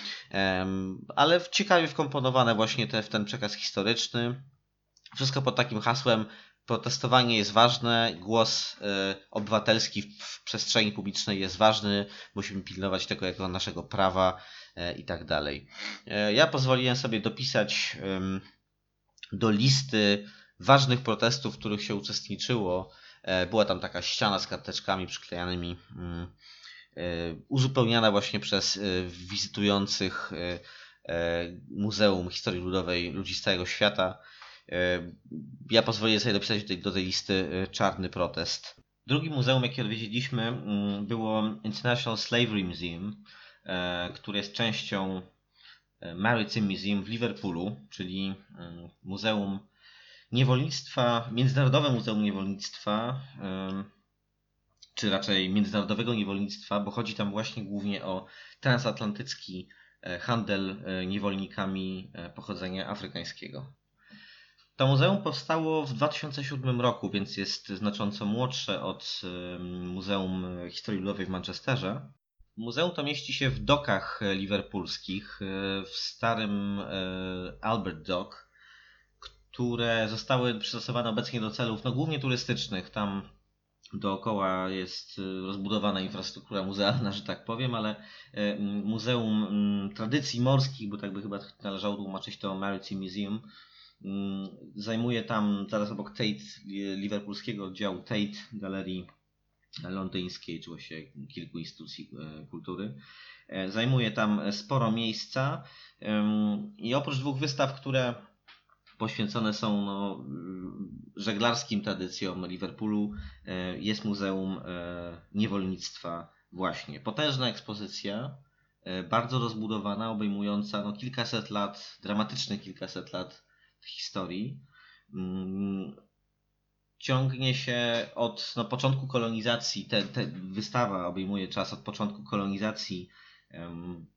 ale ciekawie wkomponowane właśnie te, w ten przekaz historyczny. Wszystko pod takim hasłem: protestowanie jest ważne, głos y, obywatelski w, w przestrzeni publicznej jest ważny, musimy pilnować tego jako naszego prawa y, i tak dalej. Y, ja pozwoliłem sobie dopisać y, do listy ważnych protestów, w których się uczestniczyło, Była tam taka ściana z karteczkami przyklejanymi, uzupełniana właśnie przez wizytujących Muzeum Historii Ludowej ludzi z całego świata. Ja pozwolę sobie dopisać do tej, do tej listy Czarny Protest. Drugim muzeum, jakie odwiedziliśmy, było International Slavery Museum, które jest częścią Maritime Museum w Liverpoolu, czyli Muzeum Niewolnictwa, Międzynarodowe Muzeum Niewolnictwa, czy raczej Międzynarodowego Niewolnictwa, bo chodzi tam właśnie głównie o transatlantycki handel niewolnikami pochodzenia afrykańskiego. To muzeum powstało w dwa tysiące siódmym roku, więc jest znacząco młodsze od Muzeum Historii Ludowej w Manchesterze. Muzeum to mieści się w dokach liverpoolskich, w starym Albert Dock, które zostały przystosowane obecnie do celów no, głównie turystycznych. Tam dookoła jest rozbudowana infrastruktura muzealna, że tak powiem, ale Muzeum Tradycji Morskich, bo tak by chyba należało tłumaczyć to Maritime Museum, zajmuje tam zaraz obok Tate, liverpoolskiego oddziału Tate, galerii londyńskiej, czy właściwie kilku instytucji kultury. Zajmuje tam sporo miejsca i oprócz dwóch wystaw, które poświęcone są no, żeglarskim tradycjom Liverpoolu, jest Muzeum Niewolnictwa właśnie. Potężna ekspozycja, bardzo rozbudowana, obejmująca no, kilkaset lat, dramatycznych kilkaset lat historii. Ciągnie się od no, początku kolonizacji, te, te wystawa obejmuje czas od początku kolonizacji um,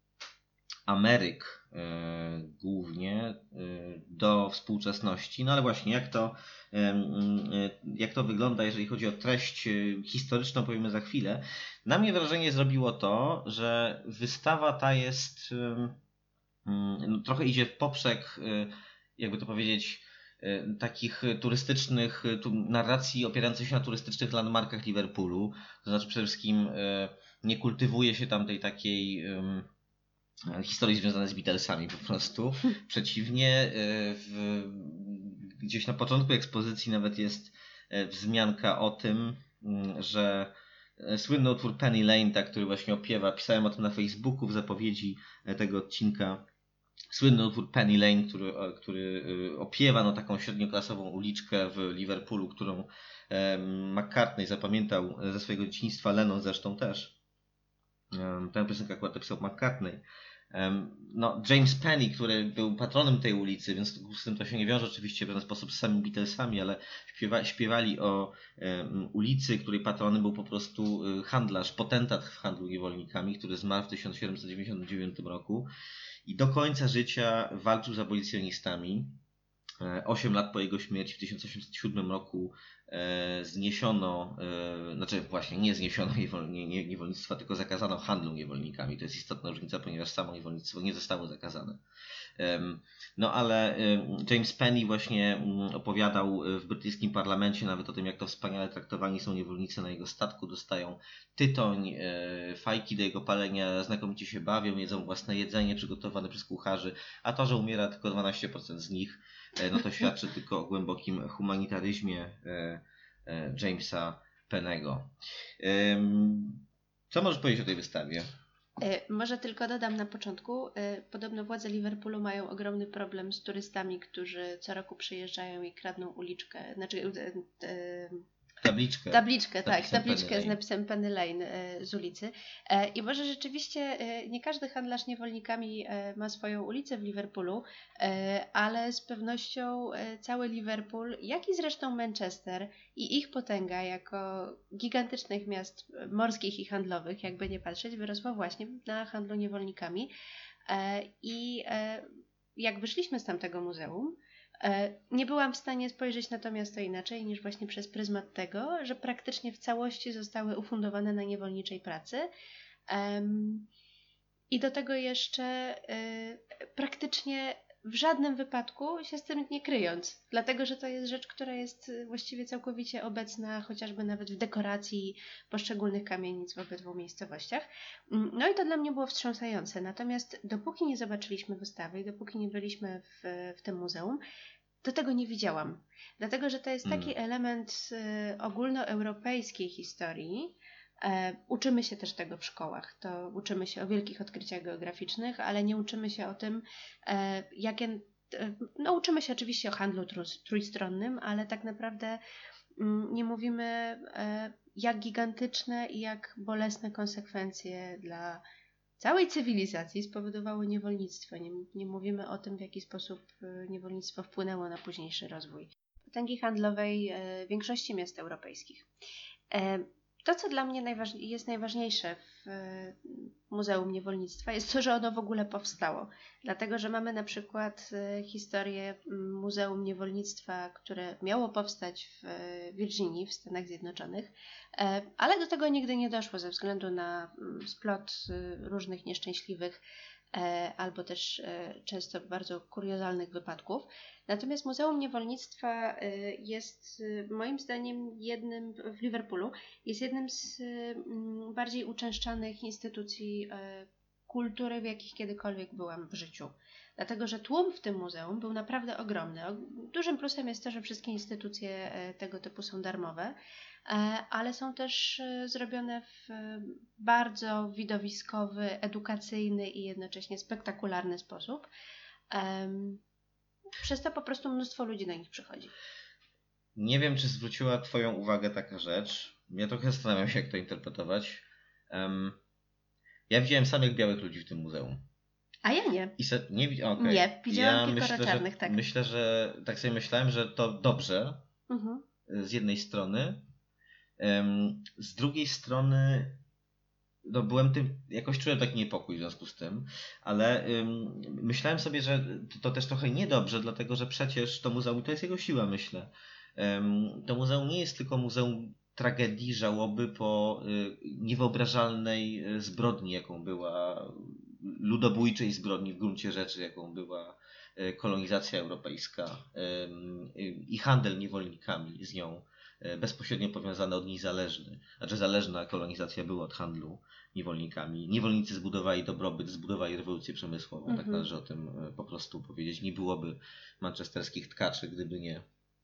Ameryk e, głównie e, do współczesności. No ale właśnie jak to, e, jak to wygląda, jeżeli chodzi o treść historyczną, powiemy za chwilę. Na mnie wrażenie zrobiło to, że wystawa ta jest e, no, trochę idzie w poprzek, e, jakby to powiedzieć, takich turystycznych narracji opierających się na turystycznych landmarkach Liverpoolu. To znaczy przede wszystkim nie kultywuje się tam tej takiej historii związanej z Beatlesami po prostu. Przeciwnie, w, gdzieś na początku ekspozycji nawet jest wzmianka o tym, że słynny utwór Penny Lane, tak, który właśnie opiewa, pisałem o tym na Facebooku w zapowiedzi tego odcinka, słynny utwór Penny Lane, który, który opiewa no, taką średnioklasową uliczkę w Liverpoolu, którą McCartney zapamiętał ze swojego dzieciństwa, Lennon zresztą też. Tę piosenkę akurat napisał McCartney. No, James Penny, który był patronem tej ulicy, więc z tym to się nie wiąże oczywiście w żaden sposób z samymi Beatlesami, ale śpiewa, śpiewali o um, ulicy, której patronem był po prostu handlarz, potentat w handlu niewolnikami, który zmarł w tysiąc siedemset dziewięćdziesiątym dziewiątym roku. I do końca życia walczył z abolicjonistami. Osiem lat po jego śmierci w tysiąc osiemset siódmym roku e, zniesiono, e, znaczy właśnie nie zniesiono niewol, nie, nie, niewolnictwa, tylko zakazano handlu niewolnikami. To jest istotna różnica, ponieważ samo niewolnictwo nie zostało zakazane. E, no ale e, James Penny właśnie opowiadał w brytyjskim parlamencie nawet o tym, jak to wspaniale traktowani są niewolnicy na jego statku, dostają tytoń, e, fajki do jego palenia, znakomicie się bawią, jedzą własne jedzenie przygotowane przez kucharzy, a to, że umiera tylko dwanaście procent z nich, no to świadczy tylko o głębokim humanitaryzmie Jamesa Pennego. Co możesz powiedzieć o tej wystawie? Może tylko dodam na początku, podobno władze Liverpoolu mają ogromny problem z turystami, którzy co roku przyjeżdżają i kradną uliczkę, znaczy Tabliczkę. Tabliczkę, tak, tabliczkę z napisem Penny Lane z ulicy. I może rzeczywiście nie każdy handlarz niewolnikami ma swoją ulicę w Liverpoolu, ale z pewnością cały Liverpool, jak i zresztą Manchester i ich potęga jako gigantycznych miast morskich i handlowych, jakby nie patrzeć, wyrosła właśnie na handlu niewolnikami. I jak wyszliśmy z tamtego muzeum, nie byłam w stanie spojrzeć na to miasto inaczej niż właśnie przez pryzmat tego, że praktycznie w całości zostały ufundowane na niewolniczej pracy. Um, I do tego jeszcze y, praktycznie w żadnym wypadku się z tym nie kryjąc, dlatego że to jest rzecz, która jest właściwie całkowicie obecna chociażby nawet w dekoracji poszczególnych kamienic w obydwu miejscowościach. No i to dla mnie było wstrząsające. Natomiast dopóki nie zobaczyliśmy wystawy i dopóki nie byliśmy w, w tym muzeum, to tego nie widziałam. Dlatego, że to jest taki Mm. element y, ogólnoeuropejskiej historii. E, uczymy się też tego w szkołach. To uczymy się o wielkich odkryciach geograficznych, ale nie uczymy się o tym, e, jakie... E, no uczymy się oczywiście o handlu tru- trójstronnym, ale tak naprawdę mm, nie mówimy, e, jak gigantyczne i jak bolesne konsekwencje dla całej cywilizacji spowodowało niewolnictwo. Nie, nie mówimy o tym, w jaki sposób e, niewolnictwo wpłynęło na późniejszy rozwój potęgi handlowej e, większości miast europejskich. E, To, co dla mnie najważ- jest najważniejsze w e, Muzeum Niewolnictwa, jest to, że ono w ogóle powstało. Dlatego, że mamy na przykład e, historię m, Muzeum Niewolnictwa, które miało powstać w e, Virginii w Stanach Zjednoczonych, e, ale do tego nigdy nie doszło ze względu na mm, splot e, różnych nieszczęśliwych e, albo też e, często bardzo kuriozalnych wypadków. Natomiast Muzeum Niewolnictwa e, jest e, moim zdaniem jednym w Liverpoolu jest jednym z mm, bardziej uczęszczanych instytucji e, kultury, w jakich kiedykolwiek byłam w życiu. Dlatego, że tłum w tym muzeum był naprawdę ogromny. O- Dużym plusem jest to, że wszystkie instytucje e, tego typu są darmowe, e, ale są też e, zrobione w e, bardzo widowiskowy, edukacyjny i jednocześnie spektakularny sposób. Em, Przez to po prostu mnóstwo ludzi na nich przychodzi. Nie wiem, czy zwróciła Twoją uwagę taka rzecz. Ja trochę zastanawiam się, jak to interpretować. Um, ja widziałem samych białych ludzi w tym muzeum. A ja nie. I se, nie, wi- okej. Nie, widziałam ja kilkoro myślę, czarnych, że, tak. Myślę, że tak sobie myślałem, że to dobrze Mhm. z jednej strony. Em, z drugiej strony no byłem tym, jakoś czułem taki niepokój w związku z tym, ale ym, myślałem sobie, że to, to też trochę niedobrze, dlatego że przecież to muzeum, i to jest jego siła, myślę, ym, to muzeum nie jest tylko muzeum tragedii, żałoby po y, niewyobrażalnej y, zbrodni, jaką była, ludobójczej zbrodni w gruncie rzeczy, jaką była y, kolonizacja europejska ym, y, i handel niewolnikami z nią, y, bezpośrednio powiązany, od niej zależny. Znaczy zależna kolonizacja była od handlu niewolnikami. Niewolnicy zbudowali dobrobyt, zbudowali rewolucję przemysłową, tak Mhm. należy o tym e, po prostu powiedzieć. Nie byłoby manchesterskich tkaczy, gdyby nie,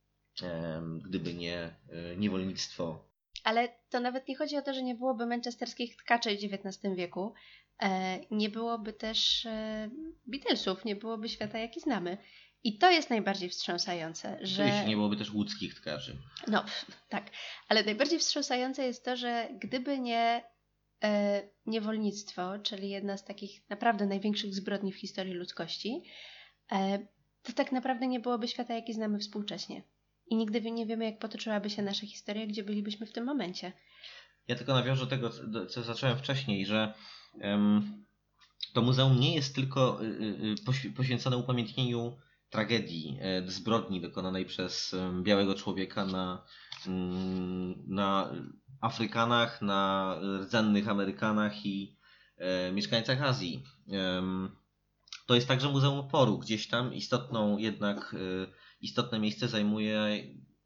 em, gdyby nie e, niewolnictwo. Ale to nawet nie chodzi o to, że nie byłoby manchesterskich tkaczy w dziewiętnastym wieku. E, nie byłoby też e, Beatlesów, nie byłoby świata, jaki znamy. I to jest najbardziej wstrząsające, że... Oczywiście nie byłoby też łódzkich tkaczy. No, tak. Ale najbardziej wstrząsające jest to, że gdyby nie e, niewolnictwo, czyli jedna z takich naprawdę największych zbrodni w historii ludzkości, e, to tak naprawdę nie byłoby świata, jaki znamy współcześnie. I nigdy nie wiemy, jak potoczyłaby się nasza historia, gdzie bylibyśmy w tym momencie. Ja tylko nawiążę do tego, co- co zacząłem wcześniej, że em, to muzeum nie jest tylko y, y, poświ- poświęcone upamiętnieniu tragedii, e, zbrodni dokonanej przez em, białego człowieka na, mm, na Afrykanach, na rdzennych Amerykanach i e, mieszkańcach Azji. Em, To jest także Muzeum Oporu. Gdzieś tam istotną jednak e, istotne miejsce zajmuje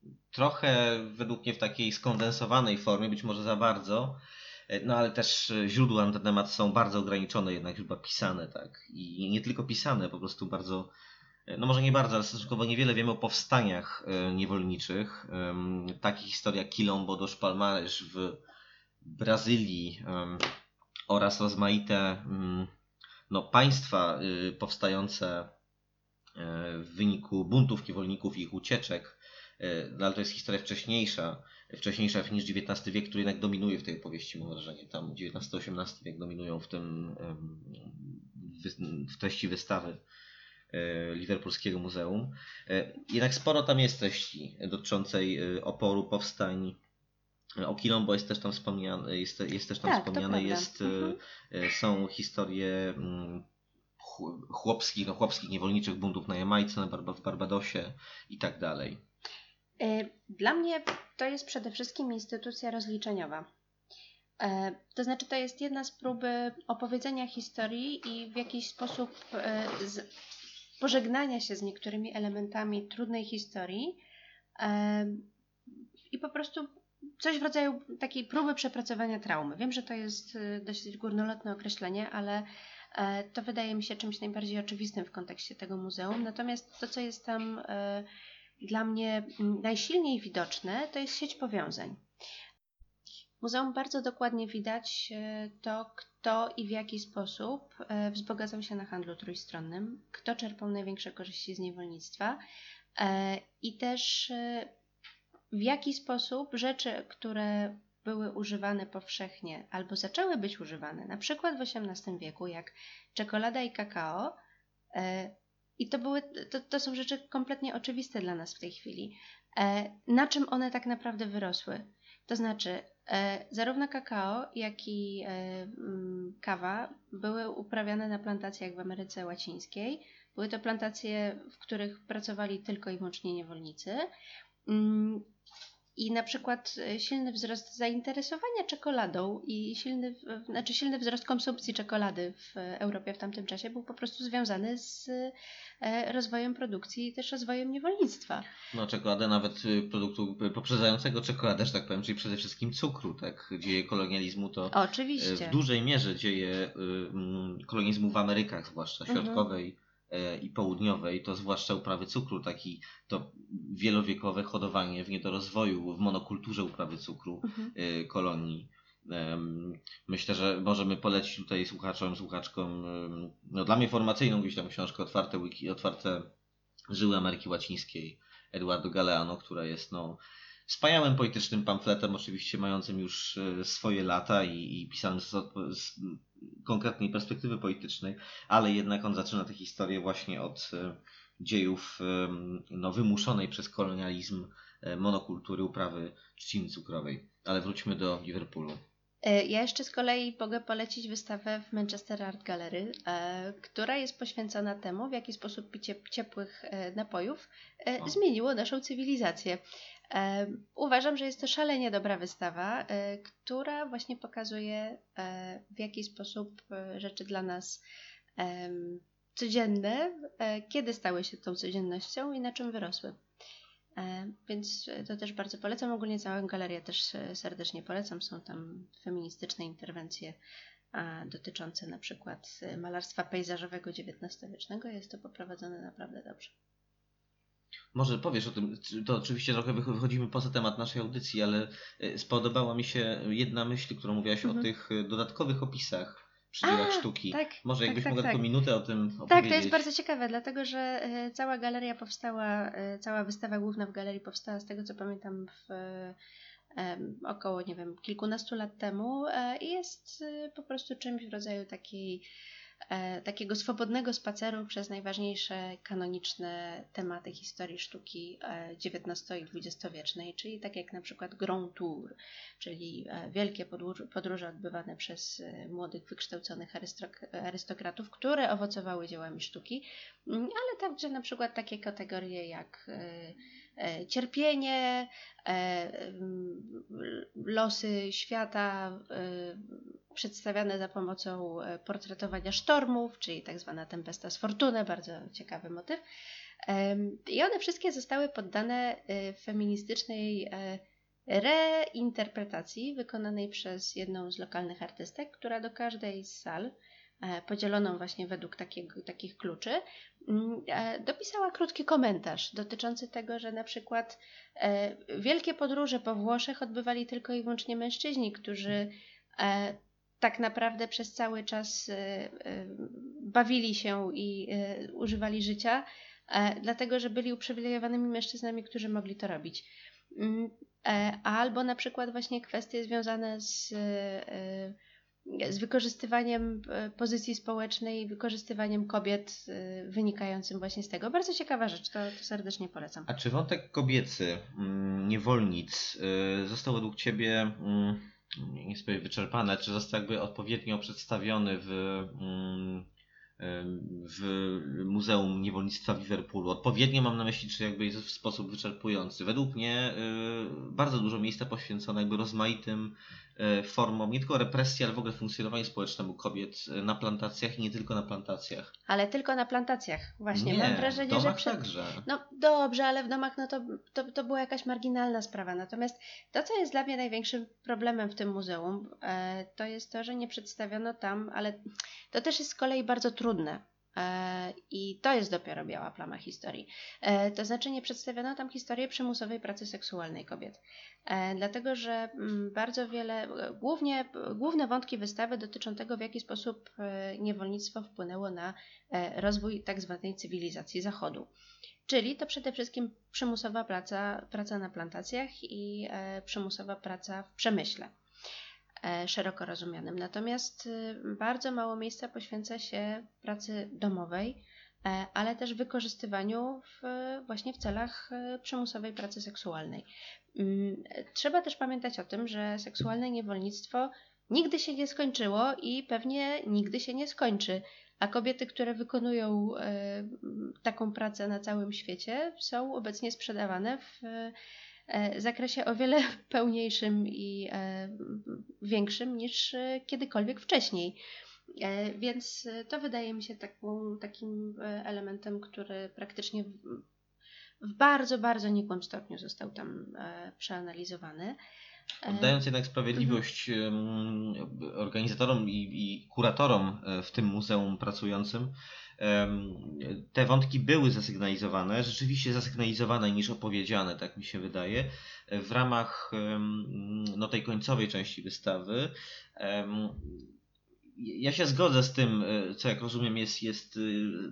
trochę według mnie w takiej skondensowanej formie, być może za bardzo, e, no ale też e, źródła na ten temat są bardzo ograniczone, jednak źródła pisane, tak. I nie tylko pisane, po prostu bardzo, e, no może nie bardzo, ale stosunkowo niewiele wiemy o powstaniach e, niewolniczych. Em, Takie historie jak Quilombo dos Palmares w Brazylii em, oraz rozmaite mm, no, państwa y, powstające y, w wyniku buntów niewolników i ich ucieczek, y, no, ale to jest historia wcześniejsza, wcześniejsza niż dziewiętnasty wiek, który jednak dominuje w tej opowieści, mam wrażenie. Tam dziewiętnasty osiemnasty wiek dominują w tym, em, wy- w treści wystawy y, Liverpoolskiego Muzeum. Y, Jednak sporo tam jest treści dotyczącej y, oporu, powstań. O Quilombo jest też tam wspomniane, jest, jest też tam Tak, to wspomniane, prawda. jest, Mhm. y, są historie mm, chł- chłopskich, no, chłopskich niewolniczych buntów na Jamajce, na Barba, w Barbadosie i tak dalej. Y, Dla mnie to jest przede wszystkim instytucja rozliczeniowa. E, To znaczy, to jest jedna z próby opowiedzenia historii i w jakiś sposób e, z pożegnania się z niektórymi elementami trudnej historii e, i po prostu coś w rodzaju takiej próby przepracowania traumy. Wiem, że to jest e, dość górnolotne określenie, ale e, to wydaje mi się czymś najbardziej oczywistym w kontekście tego muzeum. Natomiast to, co jest tam e, dla mnie najsilniej widoczne, to jest sieć powiązań. W muzeum bardzo dokładnie widać e, to, kto i w jaki sposób e, wzbogacał się na handlu trójstronnym, kto czerpał największe korzyści z niewolnictwa e, i też e, w jaki sposób rzeczy, które były używane powszechnie albo zaczęły być używane, na przykład w osiemnastym wieku, jak czekolada i kakao, e, i to, były, to, to są rzeczy kompletnie oczywiste dla nas w tej chwili, e, na czym one tak naprawdę wyrosły. To znaczy, e, zarówno kakao, jak i e, m, kawa były uprawiane na plantacjach w Ameryce Łacińskiej. Były to plantacje, w których pracowali tylko i wyłącznie niewolnicy. Mm, I na przykład silny wzrost zainteresowania czekoladą i silny, znaczy silny wzrost konsumpcji czekolady w Europie w tamtym czasie był po prostu związany z rozwojem produkcji i też rozwojem niewolnictwa. No czekoladę, nawet produktu poprzedzającego czekoladę, że tak powiem, czyli przede wszystkim cukru, tak? Dzieje kolonializmu to Oczywiście. w dużej mierze dzieje kolonializmu w Amerykach, zwłaszcza środkowej mhm. i południowej, to zwłaszcza uprawy cukru, taki to wielowiekowe hodowanie w niedorozwoju, w monokulturze uprawy cukru mhm. kolonii. Myślę, że możemy polecić tutaj słuchaczom, słuchaczkom, no dla mnie formacyjną gdzieś tam książkę Otwarte, wiki, otwarte Żyły Ameryki Łacińskiej Eduardo Galeano, która jest no wspaniałym politycznym pamfletem, oczywiście mającym już swoje lata i, i pisanym z, z konkretnej perspektywy politycznej, ale jednak on zaczyna tę historię właśnie od dziejów no, wymuszonej przez kolonializm monokultury uprawy trzciny cukrowej. Ale wróćmy do Liverpoolu. Ja jeszcze z kolei mogę polecić wystawę w Manchester Art Gallery, e, która jest poświęcona temu, w jaki sposób picie ciepłych e, napojów e, zmieniło naszą cywilizację. E, uważam, że jest to szalenie dobra wystawa, e, która właśnie pokazuje, e, w jaki sposób e, rzeczy dla nas e, codzienne, e, kiedy stały się tą codziennością i na czym wyrosły. Więc to też bardzo polecam. Ogólnie całą galerię też serdecznie polecam. Są tam feministyczne interwencje dotyczące na przykład malarstwa pejzażowego dziewiętnastowiecznego. Jest to poprowadzone naprawdę dobrze. Może powiesz o tym, to oczywiście trochę wychodzimy poza temat naszej audycji, ale spodobała mi się jedna myśl, którą mówiłaś mhm. o tych dodatkowych opisach przy dziełach sztuki. Tak, Może jakbyś tak, mogła tak, tylko tak. minutę o tym opowiedzieć. Tak, to jest bardzo ciekawe, dlatego że y, cała galeria powstała, y, cała wystawa główna w galerii powstała z tego, co pamiętam w y, około, nie wiem, kilkunastu lat temu y, i jest y, po prostu czymś w rodzaju takiej e, takiego swobodnego spaceru przez najważniejsze kanoniczne tematy historii sztuki e, dziewiętnasto- i dwudziestowiecznej, czyli tak jak na przykład Grand Tour, czyli e, wielkie podróże, podróże odbywane przez e, młodych, wykształconych arystok- arystokratów, które owocowały dziełami sztuki, ale także na przykład takie kategorie jak e, e, cierpienie, e, losy świata e, przedstawiane za pomocą portretowania sztormów, czyli tak zwana Tempesta Sfortune, bardzo ciekawy motyw. I one wszystkie zostały poddane feministycznej reinterpretacji wykonanej przez jedną z lokalnych artystek, która do każdej z sal, podzieloną właśnie według takiego, takich kluczy, dopisała krótki komentarz dotyczący tego, że na przykład wielkie podróże po Włoszech odbywali tylko i wyłącznie mężczyźni, którzy tak naprawdę przez cały czas bawili się i używali życia, dlatego że byli uprzywilejowanymi mężczyznami, którzy mogli to robić. Albo na przykład właśnie kwestie związane z, z wykorzystywaniem pozycji społecznej, wykorzystywaniem kobiet wynikającym właśnie z tego. Bardzo ciekawa rzecz, to, to serdecznie polecam. A czy wątek kobiecy, niewolnic, został według Ciebie... nie jest powiedzieć wyczerpane, czy został jakby odpowiednio przedstawiony w, w Muzeum Niewolnictwa w Liverpoolu? Odpowiednio mam na myśli, czy jakby jest w sposób wyczerpujący. Według mnie bardzo dużo miejsca poświęcono jakby rozmaitym formą nie tylko represji, ale w ogóle funkcjonowaniu społecznemu kobiet na plantacjach i nie tylko na plantacjach. Ale tylko na plantacjach, właśnie. Nie, Mam wrażenie, w domach że przed... także. No dobrze, ale w domach no to, to, to była jakaś marginalna sprawa. Natomiast to, co jest dla mnie największym problemem w tym muzeum, e, to jest to, że nie przedstawiono tam, ale to też jest z kolei bardzo trudne. E, I to jest dopiero biała plama historii. E, to znaczy nie przedstawiono tam historii przymusowej pracy seksualnej kobiet. E, dlatego, że m, bardzo wiele, głównie, główne wątki wystawy dotyczą tego, w jaki sposób e, niewolnictwo wpłynęło na e, rozwój tak zwanej cywilizacji Zachodu. Czyli to przede wszystkim przymusowa praca, praca na plantacjach i e, przymusowa praca w przemyśle e, szeroko rozumianym. Natomiast e, bardzo mało miejsca poświęca się pracy domowej, e, ale też wykorzystywaniu w, właśnie w celach e, przymusowej pracy seksualnej. Mm, trzeba też pamiętać o tym, że seksualne niewolnictwo nigdy się nie skończyło i pewnie nigdy się nie skończy. A kobiety, które wykonują e, taką pracę na całym świecie, są obecnie sprzedawane w e, zakresie o wiele pełniejszym i e, większym niż e, kiedykolwiek wcześniej. E, więc to wydaje mi się taką, takim elementem, który praktycznie w, w bardzo, bardzo nikłym stopniu został tam e, przeanalizowany. Oddając jednak sprawiedliwość um, organizatorom i, i kuratorom w tym muzeum pracującym, um, te wątki były zasygnalizowane, rzeczywiście zasygnalizowane niż opowiedziane, tak mi się wydaje, w ramach um, no, tej końcowej części wystawy. Um, ja się zgodzę z tym, co jak rozumiem jest, jest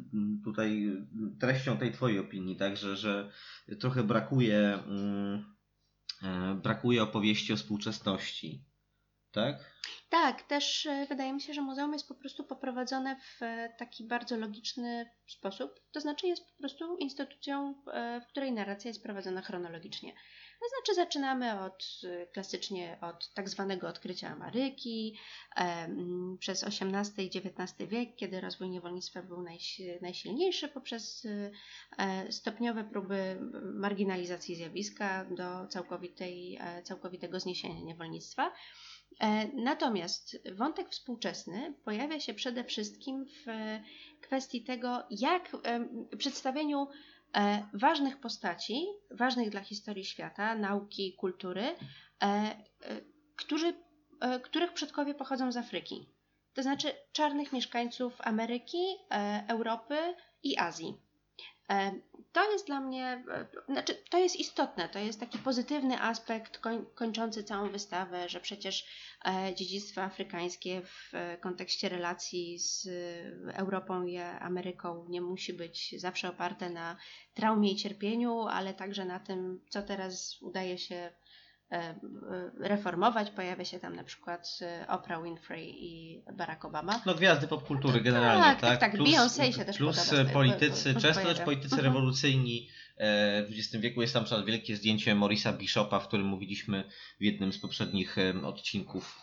tutaj treścią tej twojej opinii, tak, że, że trochę brakuje um, brakuje opowieści o współczesności, tak? Tak, też wydaje mi się, że muzeum jest po prostu poprowadzone w taki bardzo logiczny sposób, to znaczy jest po prostu instytucją, w której narracja jest prowadzona chronologicznie. To znaczy zaczynamy od klasycznie od tak zwanego odkrycia Ameryki e, przez osiemnasty i dziewiętnasty wiek, kiedy rozwój niewolnictwa był najś, najsilniejszy poprzez e, stopniowe próby marginalizacji zjawiska do całkowitej, e, całkowitego zniesienia niewolnictwa. E, natomiast wątek współczesny pojawia się przede wszystkim w kwestii tego, jak e, przedstawieniu E, ważnych postaci, ważnych dla historii świata, nauki, kultury, e, e, którzy, e, których przodkowie pochodzą z Afryki. To znaczy czarnych mieszkańców Ameryki, e, Europy i Azji. E, to jest dla mnie, e, znaczy to jest istotne, to jest taki pozytywny aspekt koń, kończący całą wystawę, że przecież e, dziedzictwo afrykańskie w e, kontekście relacji z Europą i Ameryką nie musi być zawsze oparte na traumie i cierpieniu, ale także na tym, co teraz udaje się reformować. Pojawia się tam na przykład Oprah Winfrey i Barack Obama. No gwiazdy popkultury generalnie, tak? Tak, tak, tak. Plus, Beyoncé się też plus podoba. politycy, Bo, często też politycy uh-huh. rewolucyjni w dwudziestym wieku. Jest tam na przykład wielkie zdjęcie Morisa Bishopa, w którym mówiliśmy w jednym z poprzednich odcinków.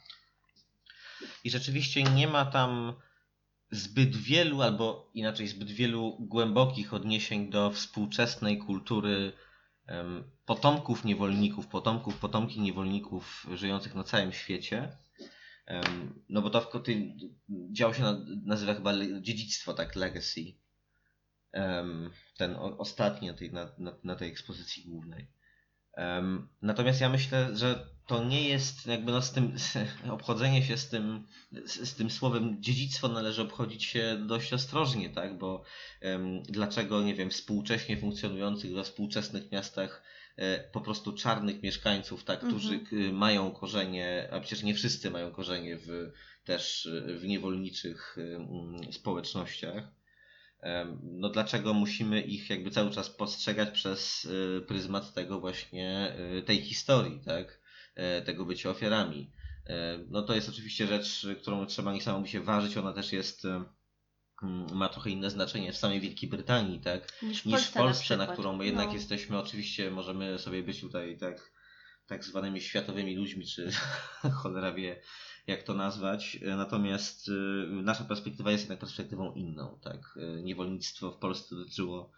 I rzeczywiście nie ma tam zbyt wielu, albo inaczej zbyt wielu głębokich odniesień do współczesnej kultury um, potomków niewolników, potomków, potomki niewolników żyjących na całym świecie. Um, no bo to w tym dział się na, nazywa chyba dziedzictwo, tak, legacy. Um, ten o, ostatni na tej, na, na, na tej ekspozycji głównej. Um, natomiast ja myślę, że to nie jest jakby no z tym obchodzenie się z tym, z, z tym słowem dziedzictwo należy obchodzić się dość ostrożnie, tak? Bo um, dlaczego, nie wiem, współcześnie funkcjonujących we współczesnych miastach e, po prostu czarnych mieszkańców, tak, którzy mm-hmm. mają korzenie, a przecież nie wszyscy mają korzenie w, też w niewolniczych um, społecznościach. No dlaczego musimy ich jakby cały czas postrzegać przez pryzmat tego właśnie, tej historii, tak? Tego bycia ofiarami. No to jest oczywiście rzecz, którą trzeba niesamowicie ważyć, ona też jest, ma trochę inne znaczenie w samej Wielkiej Brytanii, tak? Niż w Niż Polsce, w Polsce na, na którą my jednak no. jesteśmy oczywiście, możemy sobie być tutaj tak, tak zwanymi światowymi ludźmi, czy cholera wie jak to nazwać, natomiast nasza perspektywa jest jednak perspektywą inną, tak. Niewolnictwo w Polsce dotyczyło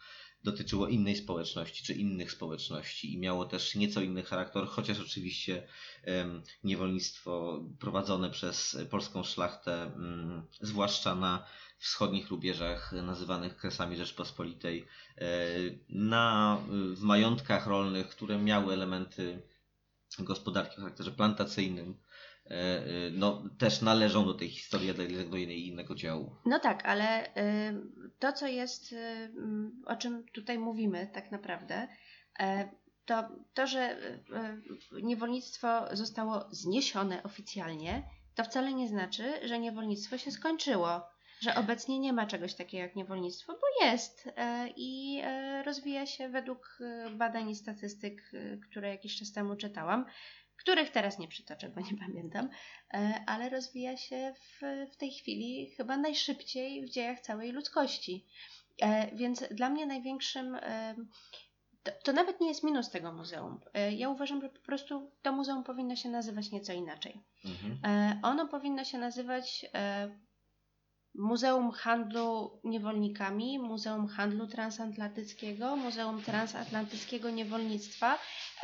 dotyczyło innej społeczności, czy innych społeczności i miało też nieco inny charakter, chociaż oczywiście em, niewolnictwo prowadzone przez polską szlachtę, em, zwłaszcza na wschodnich rubieżach nazywanych Kresami Rzeczpospolitej, e, na, w majątkach rolnych, które miały elementy gospodarki o charakterze plantacyjnym, no też należą do tej historii, a do innego działu. No tak, ale y, to, co jest, y, o czym tutaj mówimy tak naprawdę, y, to to, że y, niewolnictwo zostało zniesione oficjalnie, to wcale nie znaczy, że niewolnictwo się skończyło. Że obecnie nie ma czegoś takiego jak niewolnictwo, bo jest y, i y, rozwija się według badań i statystyk, y, które jakiś czas temu czytałam, których teraz nie przytoczę, bo nie pamiętam, ale rozwija się w, w tej chwili chyba najszybciej w dziejach całej ludzkości. Więc dla mnie największym, to, to nawet nie jest minus tego muzeum. Ja uważam, że po prostu to muzeum powinno się nazywać nieco inaczej. Mhm. Ono powinno się nazywać Muzeum Handlu Niewolnikami, Muzeum Handlu Transatlantyckiego, Muzeum Transatlantyckiego Niewolnictwa.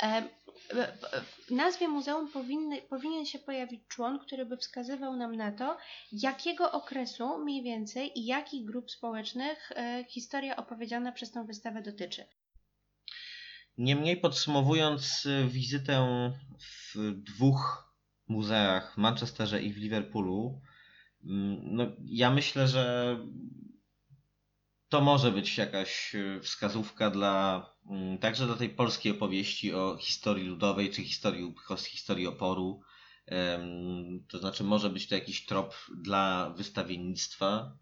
W nazwie muzeum powinny, powinien się pojawić człon, który by wskazywał nam na to, jakiego okresu mniej więcej i jakich grup społecznych e, historia opowiedziana przez tą wystawę dotyczy. Niemniej podsumowując wizytę w dwóch muzeach, w Manchesterze i w Liverpoolu, no, ja myślę, że to może być jakaś wskazówka dla także dla tej polskiej opowieści o historii ludowej, czy historii, historii oporu. To znaczy może być to jakiś trop dla wystawiennictwa,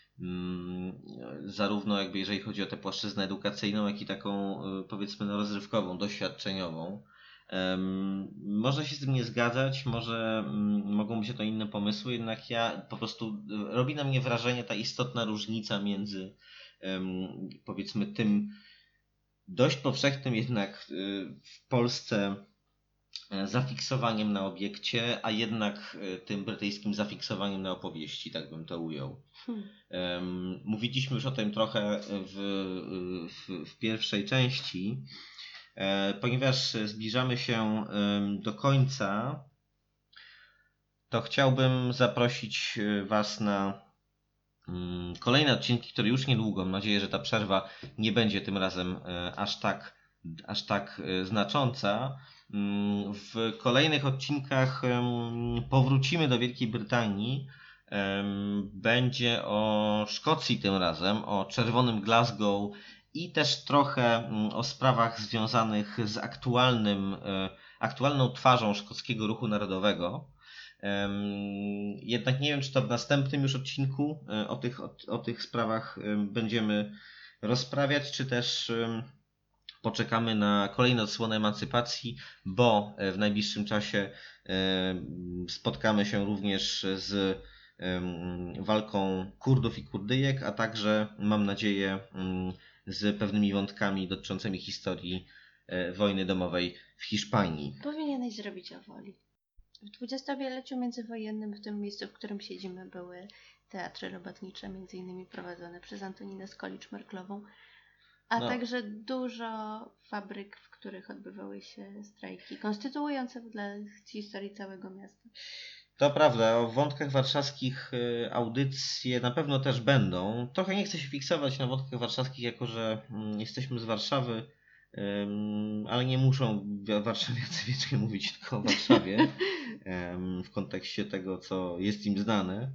zarówno jakby jeżeli chodzi o tę płaszczyznę edukacyjną, jak i taką powiedzmy no, rozrywkową, doświadczeniową. Um, można się z tym nie zgadzać, może um, mogą być to inne pomysły, jednak ja po prostu robi na mnie wrażenie ta istotna różnica między um, powiedzmy tym dość powszechnym jednak y, w Polsce y, zafiksowaniem na obiekcie, a jednak y, tym brytyjskim zafiksowaniem na opowieści, tak bym to ujął. Hmm. Um, mówiliśmy już o tym trochę w, w, w pierwszej części. Ponieważ zbliżamy się do końca, to chciałbym zaprosić Was na kolejne odcinki, które już niedługo. Mam nadzieję, że ta przerwa nie będzie tym razem aż tak, aż tak znacząca. W kolejnych odcinkach powrócimy do Wielkiej Brytanii. Będzie o Szkocji tym razem, o czerwonym Glasgow, i też trochę o sprawach związanych z aktualnym, aktualną twarzą szkockiego ruchu narodowego. Jednak nie wiem, czy to w następnym już odcinku o tych, o, o tych sprawach będziemy rozprawiać, czy też poczekamy na kolejne odsłony emancypacji, bo w najbliższym czasie spotkamy się również z walką Kurdów i Kurdyjek, a także mam nadzieję z pewnymi wątkami dotyczącymi historii e, wojny domowej w Hiszpanii. Powinieneś zrobić o woli. W dwudziestowieleciu międzywojennym w tym miejscu, w którym siedzimy, były teatry robotnicze, między innymi prowadzone przez Antoninę Skolicz-Merklową, a no. także dużo fabryk, w których odbywały się strajki konstytuujące dla historii całego miasta. To prawda, o wątkach warszawskich audycje na pewno też będą. Trochę nie chcę się fiksować na wątkach warszawskich, jako że jesteśmy z Warszawy, ale nie muszą warszawiacy wiecznie mówić tylko o Warszawie w kontekście tego, co jest im znane.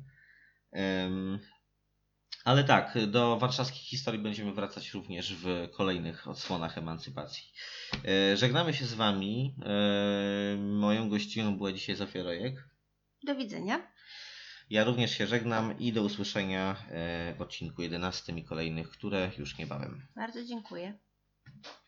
Ale tak, do warszawskich historii będziemy wracać również w kolejnych odsłonach emancypacji. Żegnamy się z Wami. Moją gościnią była dzisiaj Zofia Rojek. Do widzenia. Ja również się żegnam i do usłyszenia w odcinku jedenastym i kolejnych, które już niebawem. Bardzo dziękuję.